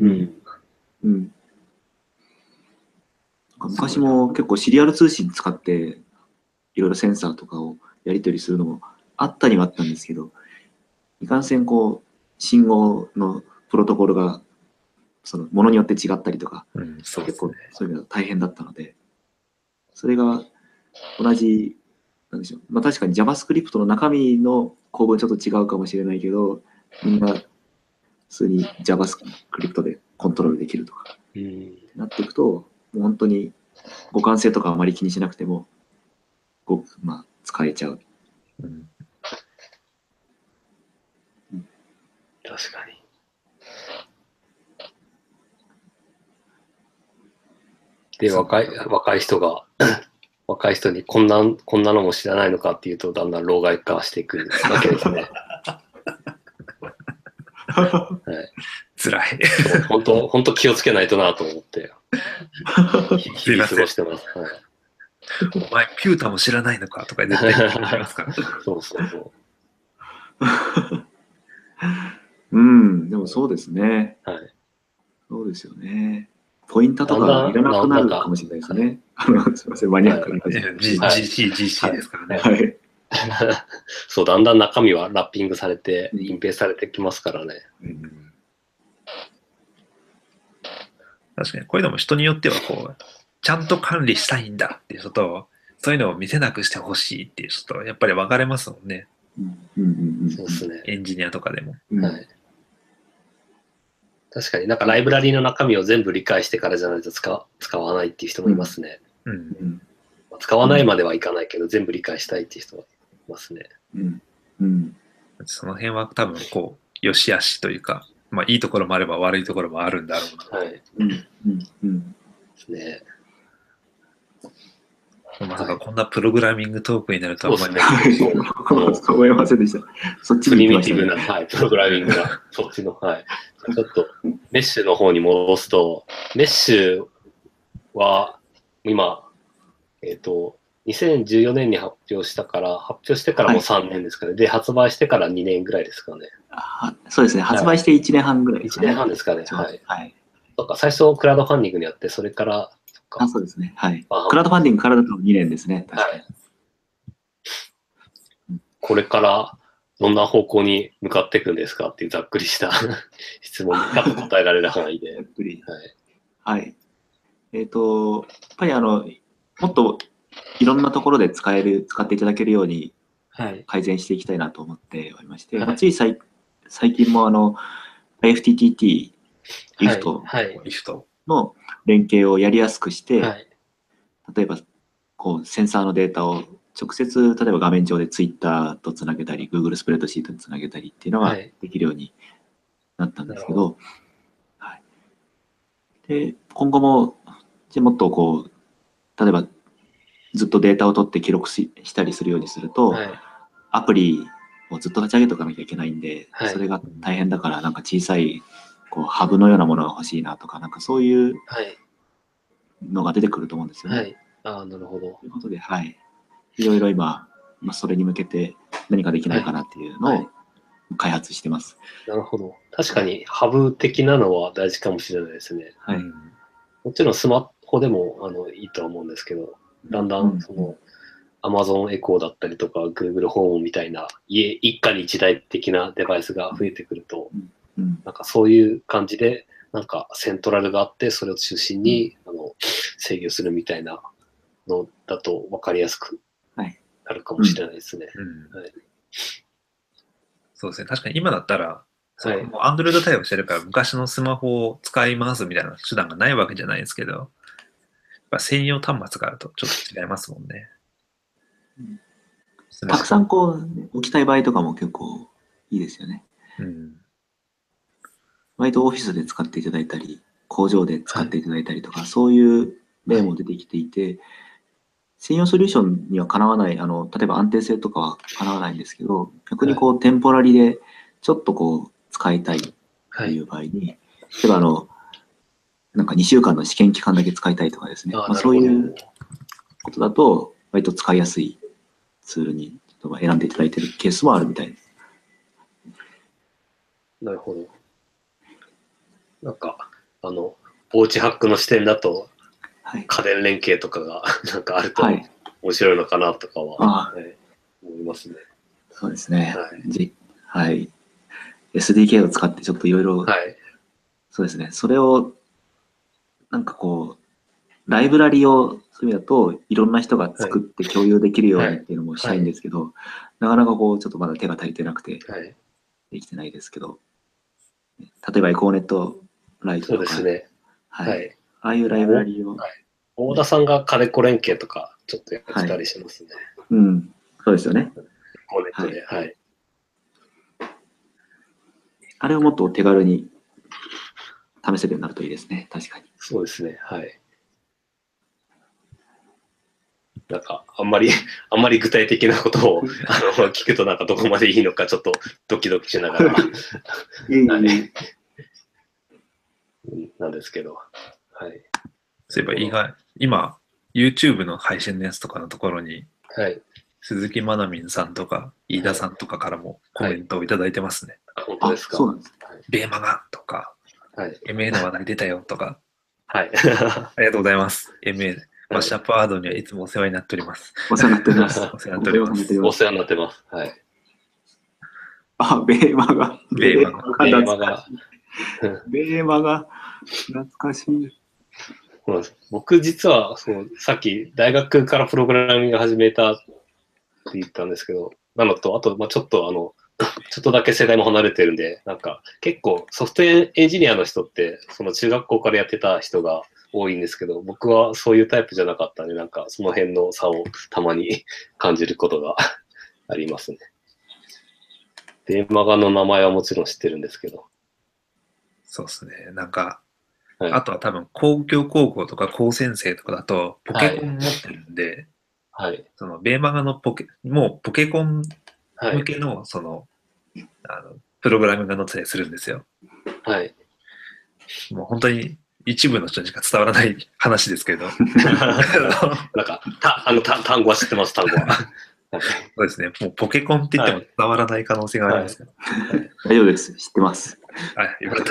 昔も結構シリアル通信使っていろいろセンサーとかをやり取りするのもあったにはあったんですけど、いかんせんこう信号のプロトコルがそのものによって違ったりとか、結構そういうのが大変だったので、それが同じなんでしょう。まあ確かに JavaScript の中身の構文ちょっと違うかもしれないけど、みんな普通に JavaScript でコントロールできるとか、なっていくと、もう本当に互換性とかあまり気にしなくても、まあ、使えちゃう。 確かに。で、若い人が若い人にこんなのも知らないのかっていうと、だんだん老害化していくわけですね。 はい、辛い。 本当気をつけないとなと思って、日々過ごしてます。はい、 お前、ピュータも知らないのかとか絶対言ってますから。 そうそうそう。 でもそうですね。 はい。 そうですよね。ポインターとかいらなくなるかもしれないですね。すみません、マニアックな感じ。 GC ですからね。 はい。 そう、だんだん中身はラッピングされて、隠蔽されてきますからね。 確かに、こういうのも人によっては、こう、ちゃんと管理したいんだっていう人と、そういうのを見せなくしてほしいっていう人と、やっぱり分かれますもんね。 そうですね。 エンジニアとかでも。 はい。確かになんかライブラリーの中身を全部理解してからじゃないと使わないっていう人もいますね。使わないまではいかないけど、全部理解したいっていう人はいますね。 その辺は多分こう、良し悪しというか、まあいいところもあれば悪いところもあるんだろうな。 はい。ですね。 まさかこんなプログラミングトークになるとは思い思いませんでした。そっちプリミティブな、プログラミングが、そっちの、ちょっと、メッシュの方に戻すと、メッシュは、今、2014年に発表してからもう3年ですかね。で、発売してから2年ぐらいですかね。 そうですね。発売して1年半ぐらいですね。1年半ですかね。 はい。 最初、クラウドファンディングにやって、それから、 そうですね。はい。クラウドファンディングからだと2年ですね。確かに。 これからどんな方向に向かっていくんですかっていうざっくりした質問に答えられる範囲で。 ざっくり。はい。やっぱりもっといろんなところで使っていただけるように改善していきたいなと思っておりまして、つい最近もIFTTT、IFT の連携をやりやすくして、例えばこうセンサーのデータを直接例えば画面上で Twitter とつなげたり Google スプレッドシートにつなげたりっていうのができるようになったんですけど、で今後ももっとこう例えばずっとデータを取って記録したりするようにすると、アプリをずっと立ち上げておかなきゃいけないんで、それが大変だからなんか小さいこうハブのようなものが欲しいなとか、なんかそういうのが出てくると思うんですよね。 なるほど。 ということで、いろいろ今、それに向けて何かできないかなっていうのを開発してます。 なるほど。確かにハブ的なのは大事かもしれないですね。もちろんスマホでもいいとは思うんですけど、だんだんその Amazon エコーだったりとか Google ホームみたいな一家に一台的なデバイスが増えてくると、なんかそういう感じでなんかセントラルがあってそれを中心に制御するみたいなのだと分かりやすくなるかもしれないですね。 そうですね。確かに今だったら、もう Android 対応してるから昔のスマホを使いますみたいな手段がないわけじゃないですけど、やっぱ専用端末があるとちょっと違いますもんね。 たくさんこう置きたい場合とかも結構いいですよね。割とオフィスで使っていただいたり、工場で使っていただいたりとか、そういう例も出てきていて、専用ソリューションにはかなわない、例えば安定性とかはかなわないんですけど、逆にこうテンポラリでちょっとこう使いたいという場合に、例えばなんか2週間の試験期間だけ使いたいとかですね、そういうことだと割と使いやすいツールに選んでいただいているケースもあるみたいです。 なるほど。なんか、おうちハックの視点だと、家電連携とかがなんかあると面白いのかなとかは、思いますね。 そうですね。SDK を使ってちょっといろいろ、そうですね。それを、なんかこう、ライブラリを、そういう意味だと、いろんな人が作って共有できるようにっていうのもしたいんですけど、なかなかこう、ちょっとまだ手が足りてなくて、できてないですけど、例えばエコーネットライトとか、 そうですね。 ああいうライブラリを。 大田さんがカデコ連携とか、ちょっとやってたりしますね。 そうですよね。 エコーネットで、 あれをもっと手軽に試せるようになるといいですね。確かに。 そうですね。なんか、あんまり具体的なことを聞くと、なんかどこまでいいのか、ちょっとドキドキしながらなんですけど。 そういえば今、YouTube の配信のやつとかのところに、鈴木まなみんさんとか、飯田さんとかからもコメントをいただいてますね。 本当ですか。 そうなんです。 ベーマガとか、MA の話題出たよとか。 ありがとうございます。MA。シャープワードにはいつもお世話になっております。 お世話になっております。 お世話になっております。お世話になってます。 ベーマガ。 ベーマガ。懐かしい。 僕実はさっき大学からプログラミング始めたって言ったんですけど、なのと、あと、ちょっとだけ世代も離れてるんで、なんか結構ソフトウェアエンジニアの人って、その中学校からやってた人が多いんですけど、僕はそういうタイプじゃなかったんで、なんかその辺の差をたまに感じることがありますね。ベーマガの名前はもちろん知ってるんですけど。 そうですね。なんか、あとは多分工業高校とか高専生とかだとポケコン持ってるんで、そのベーマガのもうポケコン向けのプログラミングが載ってたりするんですよ。もう本当に一部の人にしか伝わらない話ですけど。 なんか単語は知ってます、単語は。 そうですね。もうポケコンって言っても伝わらない可能性がありますから。 大丈夫です。知ってます。 よかった。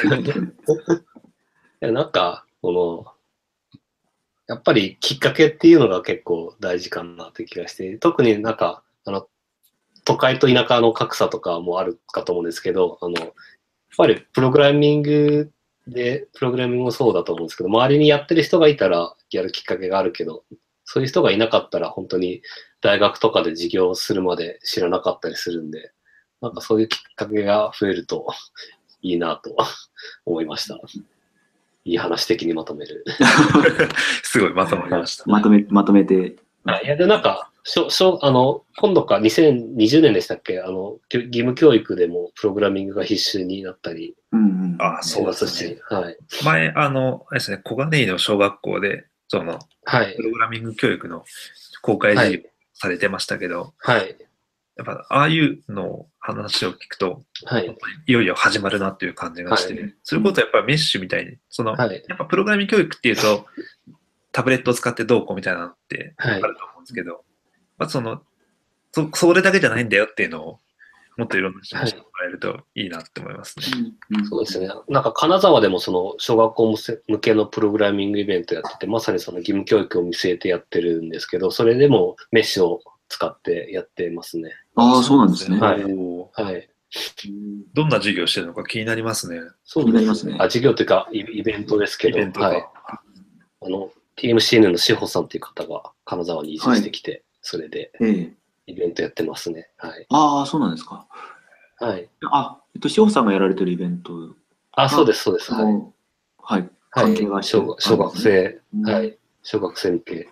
なんか、やっぱりきっかけっていうのが結構大事かなって気がして、特になんか、都会と田舎の格差とかもあるかと思うんですけど、やっぱりプログラミングもそうだと思うんですけど、周りにやってる人がいたらやるきっかけがあるけど、そういう人がいなかったら本当に大学とかで授業するまで知らなかったりするんで、なんかそういうきっかけが増えるといいなと思いました。いい話的にまとめる。 すごいまとまりました。 まとめて。 いや、で、なんか、今度か2020年でしたっけ、義務教育でもプログラミングが必修になったりしますし、 前、ですね、小金井の小学校で、プログラミング教育の公開授業されてましたけど、やっぱ、ああいうの話を聞くと、いよいよ始まるなっていう感じがして、それこそやっぱりメッシュみたいに、やっぱプログラミング教育っていうと、タブレットを使ってどうこうみたいなのってあると思うんですけど、それだけじゃないんだよっていうのを、もっといろんな人にしてもらえるといいなって思いますね。 そうですね。なんか金沢でも小学校向けのプログラミングイベントやってて、まさにその義務教育を見据えてやってるんですけど、それでもメッシュを使ってやってますね。 ああ、そうなんですね。 どんな授業してるのか気になりますね。 そうですね。 授業というかイベントですけど、TMCN の志保さんっていう方が金沢に移住してきて、それでイベントやってますね。はい。 ああ、そうなんですか。 はい。 志保さんがやられてるイベント。 そうです、そうです。はい。 はい。 関係が小学生、はい。小学生向け。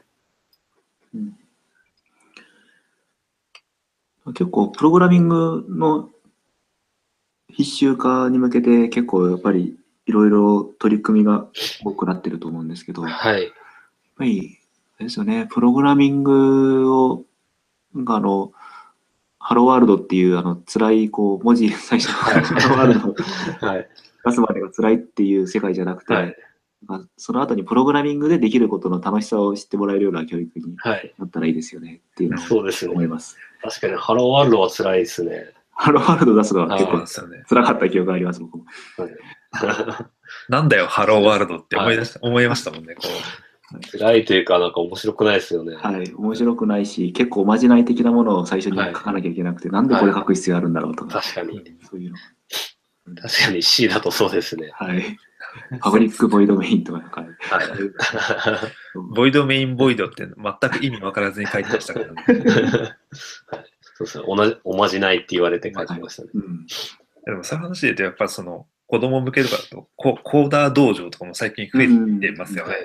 結構、プログラミングの必修化に向けて、結構やっぱりいろいろ取り組みが多くなってると思うんですけど、 はい。 やっぱり、ですよね、プログラミングを、ハローワールドっていう辛い文字最初のハローワールドを出すまでが辛いっていう世界じゃなくて、その後にプログラミングでできることの楽しさを知ってもらえるような教育になったらいいですよねっていうのを思います。 確かにハローワールドは辛いですね。 ハローワールド出すのは結構辛かった記憶があります、僕も。 なんだよ、ハローワールドって思いましたもんね。 辛いというか、なんか面白くないですよね。 はい、面白くないし、結構おまじない的なものを最初に書かなきゃいけなくて、なんでこれ書く必要あるんだろうとか。 確かに。 そういうの。 確かに C だとそうですね。 はい。パブリックボイドメインとかはい。 ボイドメインボイドって全く意味分からずに書いてましたからね。 はい。そうですね。おまじないって言われて書いてましたね。 でもそういう話で言うと、やっぱその子供向けとかだとコーダー道場とかも最近増えてますよね。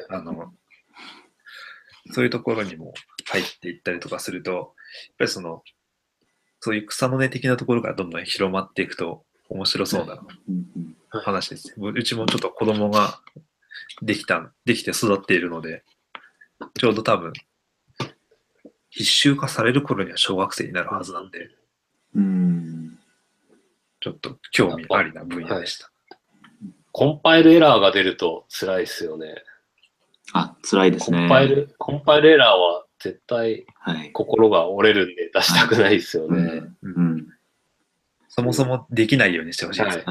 そういうところにも入っていったりとかすると、やっぱりそういう草の根的なところがどんどん広まっていくと面白そうな話です。うちもちょっと子供ができて育っているので、ちょうど多分、必修化される頃には小学生になるはずなんで、ちょっと興味ありな分野でした。 コンパイルエラーが出ると辛いですよね。 辛いですね。 コンパイルエラーは絶対心が折れるんで出したくないですよね。 そもそもできないようにしてほしいです。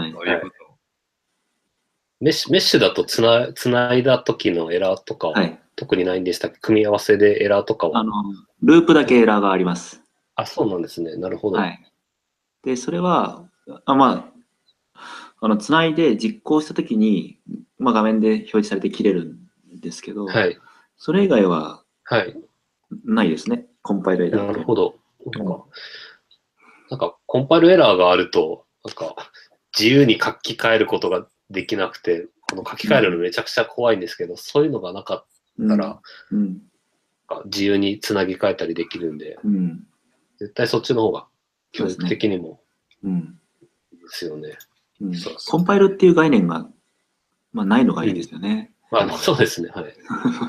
メッシュだとつないだ時のエラーとかは特にないんでしたっけ？組み合わせでエラーとかは。 ループだけエラーがあります。 そうなんですね。なるほど。 で、それは、つないで実行した時に、画面で表示されて切れるんですけど、それ以外はないですね。コンパイルエラー。 なるほど。なんかコンパイルエラーがあると、なんか自由に書き換えることができなくて、書き換えるのめちゃくちゃ怖いんですけど、そういうのがなかったら、自由につなぎ替えたりできるんで、絶対そっちの方が教育的にもいいですよね。 コンパイルっていう概念が、ないのがいいですよね。 そうですね。はい。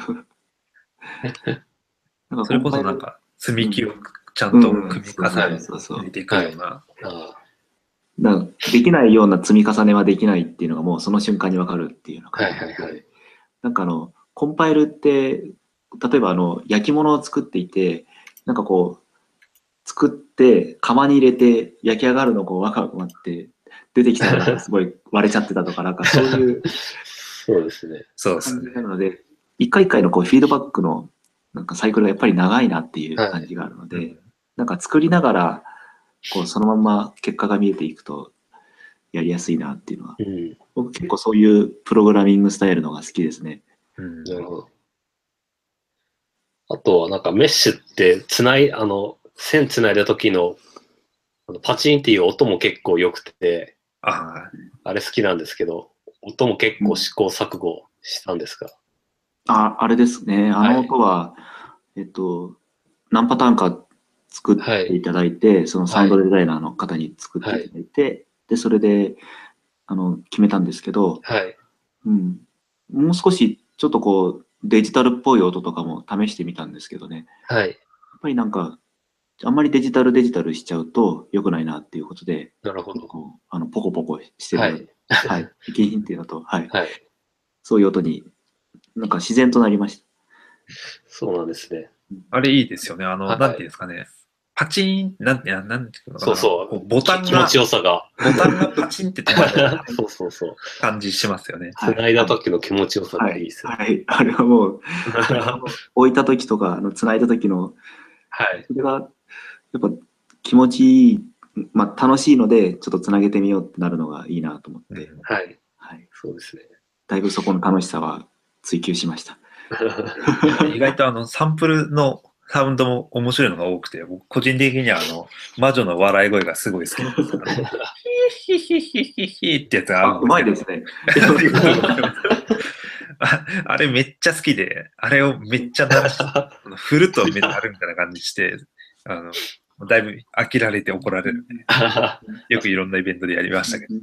それこそなんか積み木をちゃんと組み重ねていくような。 できないような積み重ねはできないっていうのがもうその瞬間に分かるっていうのが、なんかコンパイルって例えば焼き物を作っていて、なんか作って窯に入れて焼き上がるのワクワク待って出てきたらすごい割れちゃってたとか、なんかそういうそうですね。 感じなので、一回一回のフィードバックのなんかサイクルがやっぱり長いなっていう感じがあるので、なんか作りながらそのまま結果が見えていくとやりやすいなっていうのは、僕結構そういうプログラミングスタイルのが好きですね。 なるほど。あとはなんかメッシュって線つないだ時のパチンっていう音も結構良くて、あれ好きなんですけど、音も結構試行錯誤したんですか？ あれですね。音は、何パターンか作っていただいて、そのサウンドデザイナーの方に作っていただいて、で、それで、決めたんですけど、もう少し、ちょっとデジタルっぽい音とかも試してみたんですけどね。やっぱりなんか、あんまりデジタルしちゃうと良くないなっていうことで、 なるほど。 ポコポコしてる、景品っていうのと、そういう音になんか自然となりました。 そうなんですね。 あれいいですよね。なんていうんですかね。パチーン、なんていうのかな。 そうボタンが、 気持ちよさが。 ボタンがパチンって止まるそう感じしますよね。 つないだ時の気持ちよさがいいですよね。あれはもう、置いた時とか、つないだ時の、それが、やっぱ気持ちいい、楽しいので、ちょっとつなげてみようってなるのがいいなと思って。 そうですね。 だいぶそこの楽しさは追求しました。 意外とサンプルのサウンドも面白いのが多くて、僕個人的には魔女の笑い声がすごい好きなんです。ヒヒヒヒヒってやつがあるんですけど。 うまいですね。 あれめっちゃ好きで、あれをめっちゃ鳴らして、振るとめっちゃ鳴るみたいな感じして、だいぶ飽きられて怒られるんで、よくいろんなイベントでやりましたけど。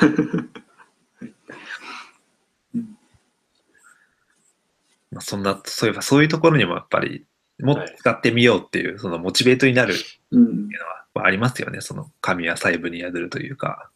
そういえばそういうところにもやっぱりもっと使ってみようっていう、そのモチベートになるっていうのはありますよね、その神は細部に宿るというか。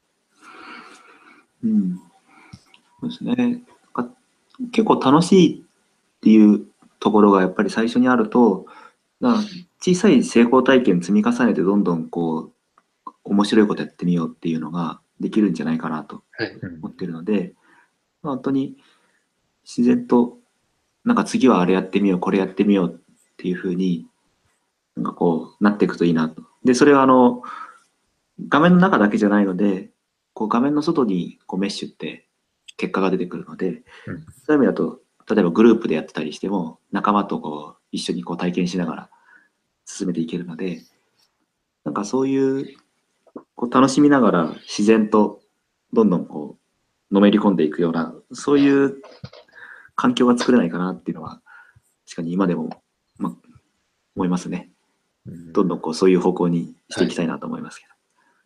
そうですね。結構楽しいっていうところがやっぱり最初にあると、小さい成功体験積み重ねてどんどんこう面白いことやってみようっていうのができるんじゃないかなと思ってるので、本当に自然となんか次はあれやってみようこれやってみようっていうふうになんかこうなっていくといいなと。でそれは画面の中だけじゃないので、こう画面の外にこうメッシュって結果が出てくるので、そういう意味だと例えばグループでやってたりしても仲間とこう一緒にこう体験しながら進めていけるので、なんかそういうこう楽しみながら自然とどんどんこうのめり込んでいくような、そういう環境が作れないかなっていうのは確かに今でも、思いますね。どんどんこうそういう方向にしていきたいなと思いますけど。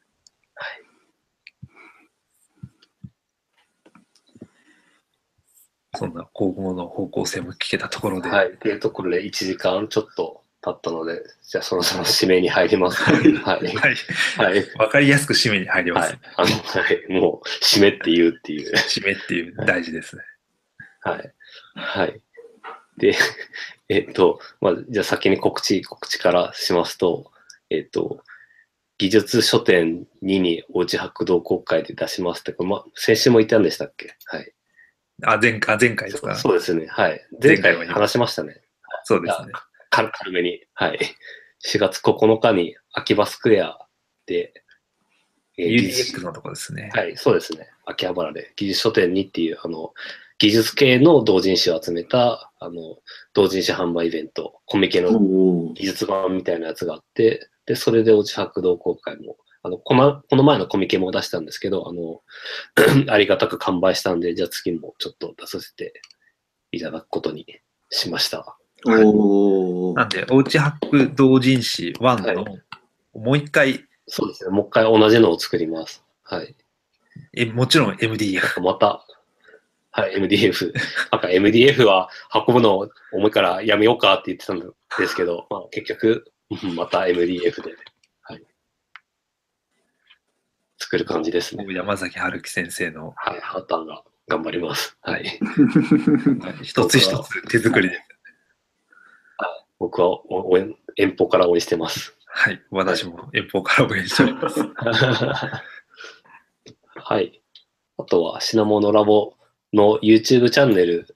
そんな今後の方向性も聞けたところで。 はい。っていうところで1時間ちょっと経ったので、じゃあそろそろ締めに入ります。はい。 はい。わかりやすく締めに入ります。 はい。もう、締めって言うっていう。 締めっていう大事ですね。 はい。はい。で、まず、じゃあ先に告知からしますと、技術書店2におうち博同好会で出しますって、先週も言ったんでしたっけ？はい。 前回ですか？ そうですね。はい。前回は話しましたね。 そうですね。 軽めに。はい。4月9日に秋葉スクエアで、 UDX のとこですね。 はい、そうですね。秋葉原で技術書店にっていう、技術系の同人誌を集めた、同人誌販売イベント、コミケの技術版みたいなやつがあって、で、それでおうち博同好会も、この前のコミケも出したんですけど、ありがたく完売したんで、じゃあ次もちょっと出させていただくことにしました。 はい、なんで、おうち博同人誌1の、もう一回、 そうですね。もう一回同じのを作ります。はい。 もちろん MDF。 また、はい、MDF。なんか MDF は運ぶの重いからやめようかって言ってたんですけど、結局、また MDF で、はい、作る感じですね。 山崎春樹先生の。 はい、ハーターが頑張ります。はい。 一つ一つ手作りで。 僕は遠方から応援してます。 はい、私も遠方から応援しております。 はい。あとは、品物ラボの YouTube チャンネル、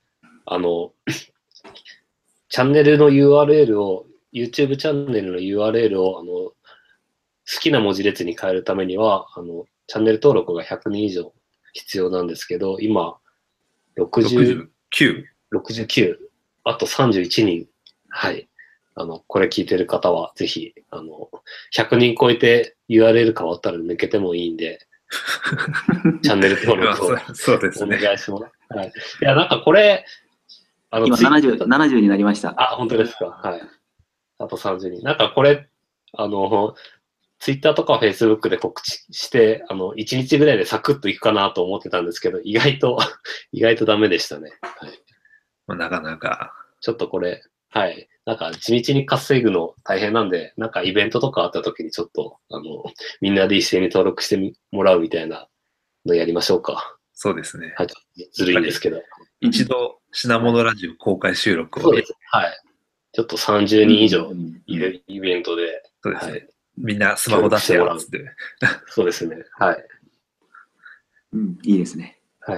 チャンネルの URL を、YouTube チャンネルの URL を、好きな文字列に変えるためには、チャンネル登録が100人以上必要なんですけど、今、69、あと31人、はい。これ聞いてる方は、ぜひ、100人超えて URL 変わったら抜けてもいいんで、チャンネル登録をお願いします。はい。いや、なんかこれ、 今70になりました。 あ、本当ですか。はい。あと30人。なんかこれ、ツイッターとかフェイスブックで告知して、1日ぐらいでサクッといくかなと思ってたんですけど、意外とダメでしたね。はい。 なかなか。 ちょっとこれ、はい。なんか地道に稼ぐの大変なんで、なんかイベントとかあった時にちょっと、みんなで一斉に登録してもらうみたいなのやりましょうか。 そうですね。 はい。ずるいんですけど。 一度、品物ラジオ公開収録を。 そうです。はい。ちょっと30人以上いるイベントで。 そうですね。はい、みんなスマホ出してもらって。 そうですね。はい。 いいですね。 はい。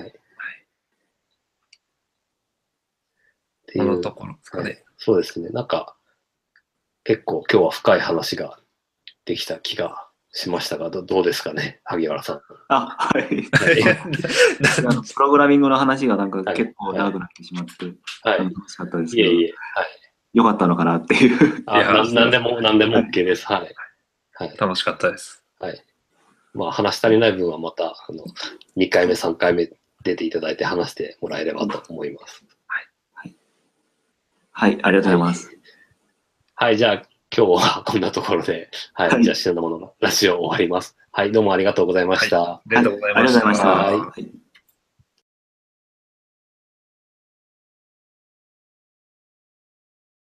このところですかね。 そうですね。なんか、結構今日は深い話ができた気がしましたが、どうですかね、萩原さん。 はい。プログラミングの話がなんか結構長くなってしまって、楽しかったですけど、よかったのかなっていう。 何でも OK です。はい。 楽しかったです。 はい。まあ、話し足りない分はまた、2回目、3回目出ていただいて話してもらえればと思います。 はい、ありがとうございます。 はい、じゃあ、今日はこんなところで、はい、じゃあ、品物のラジオ終わります。はい、どうもありがとうございました。 ありがとうございました。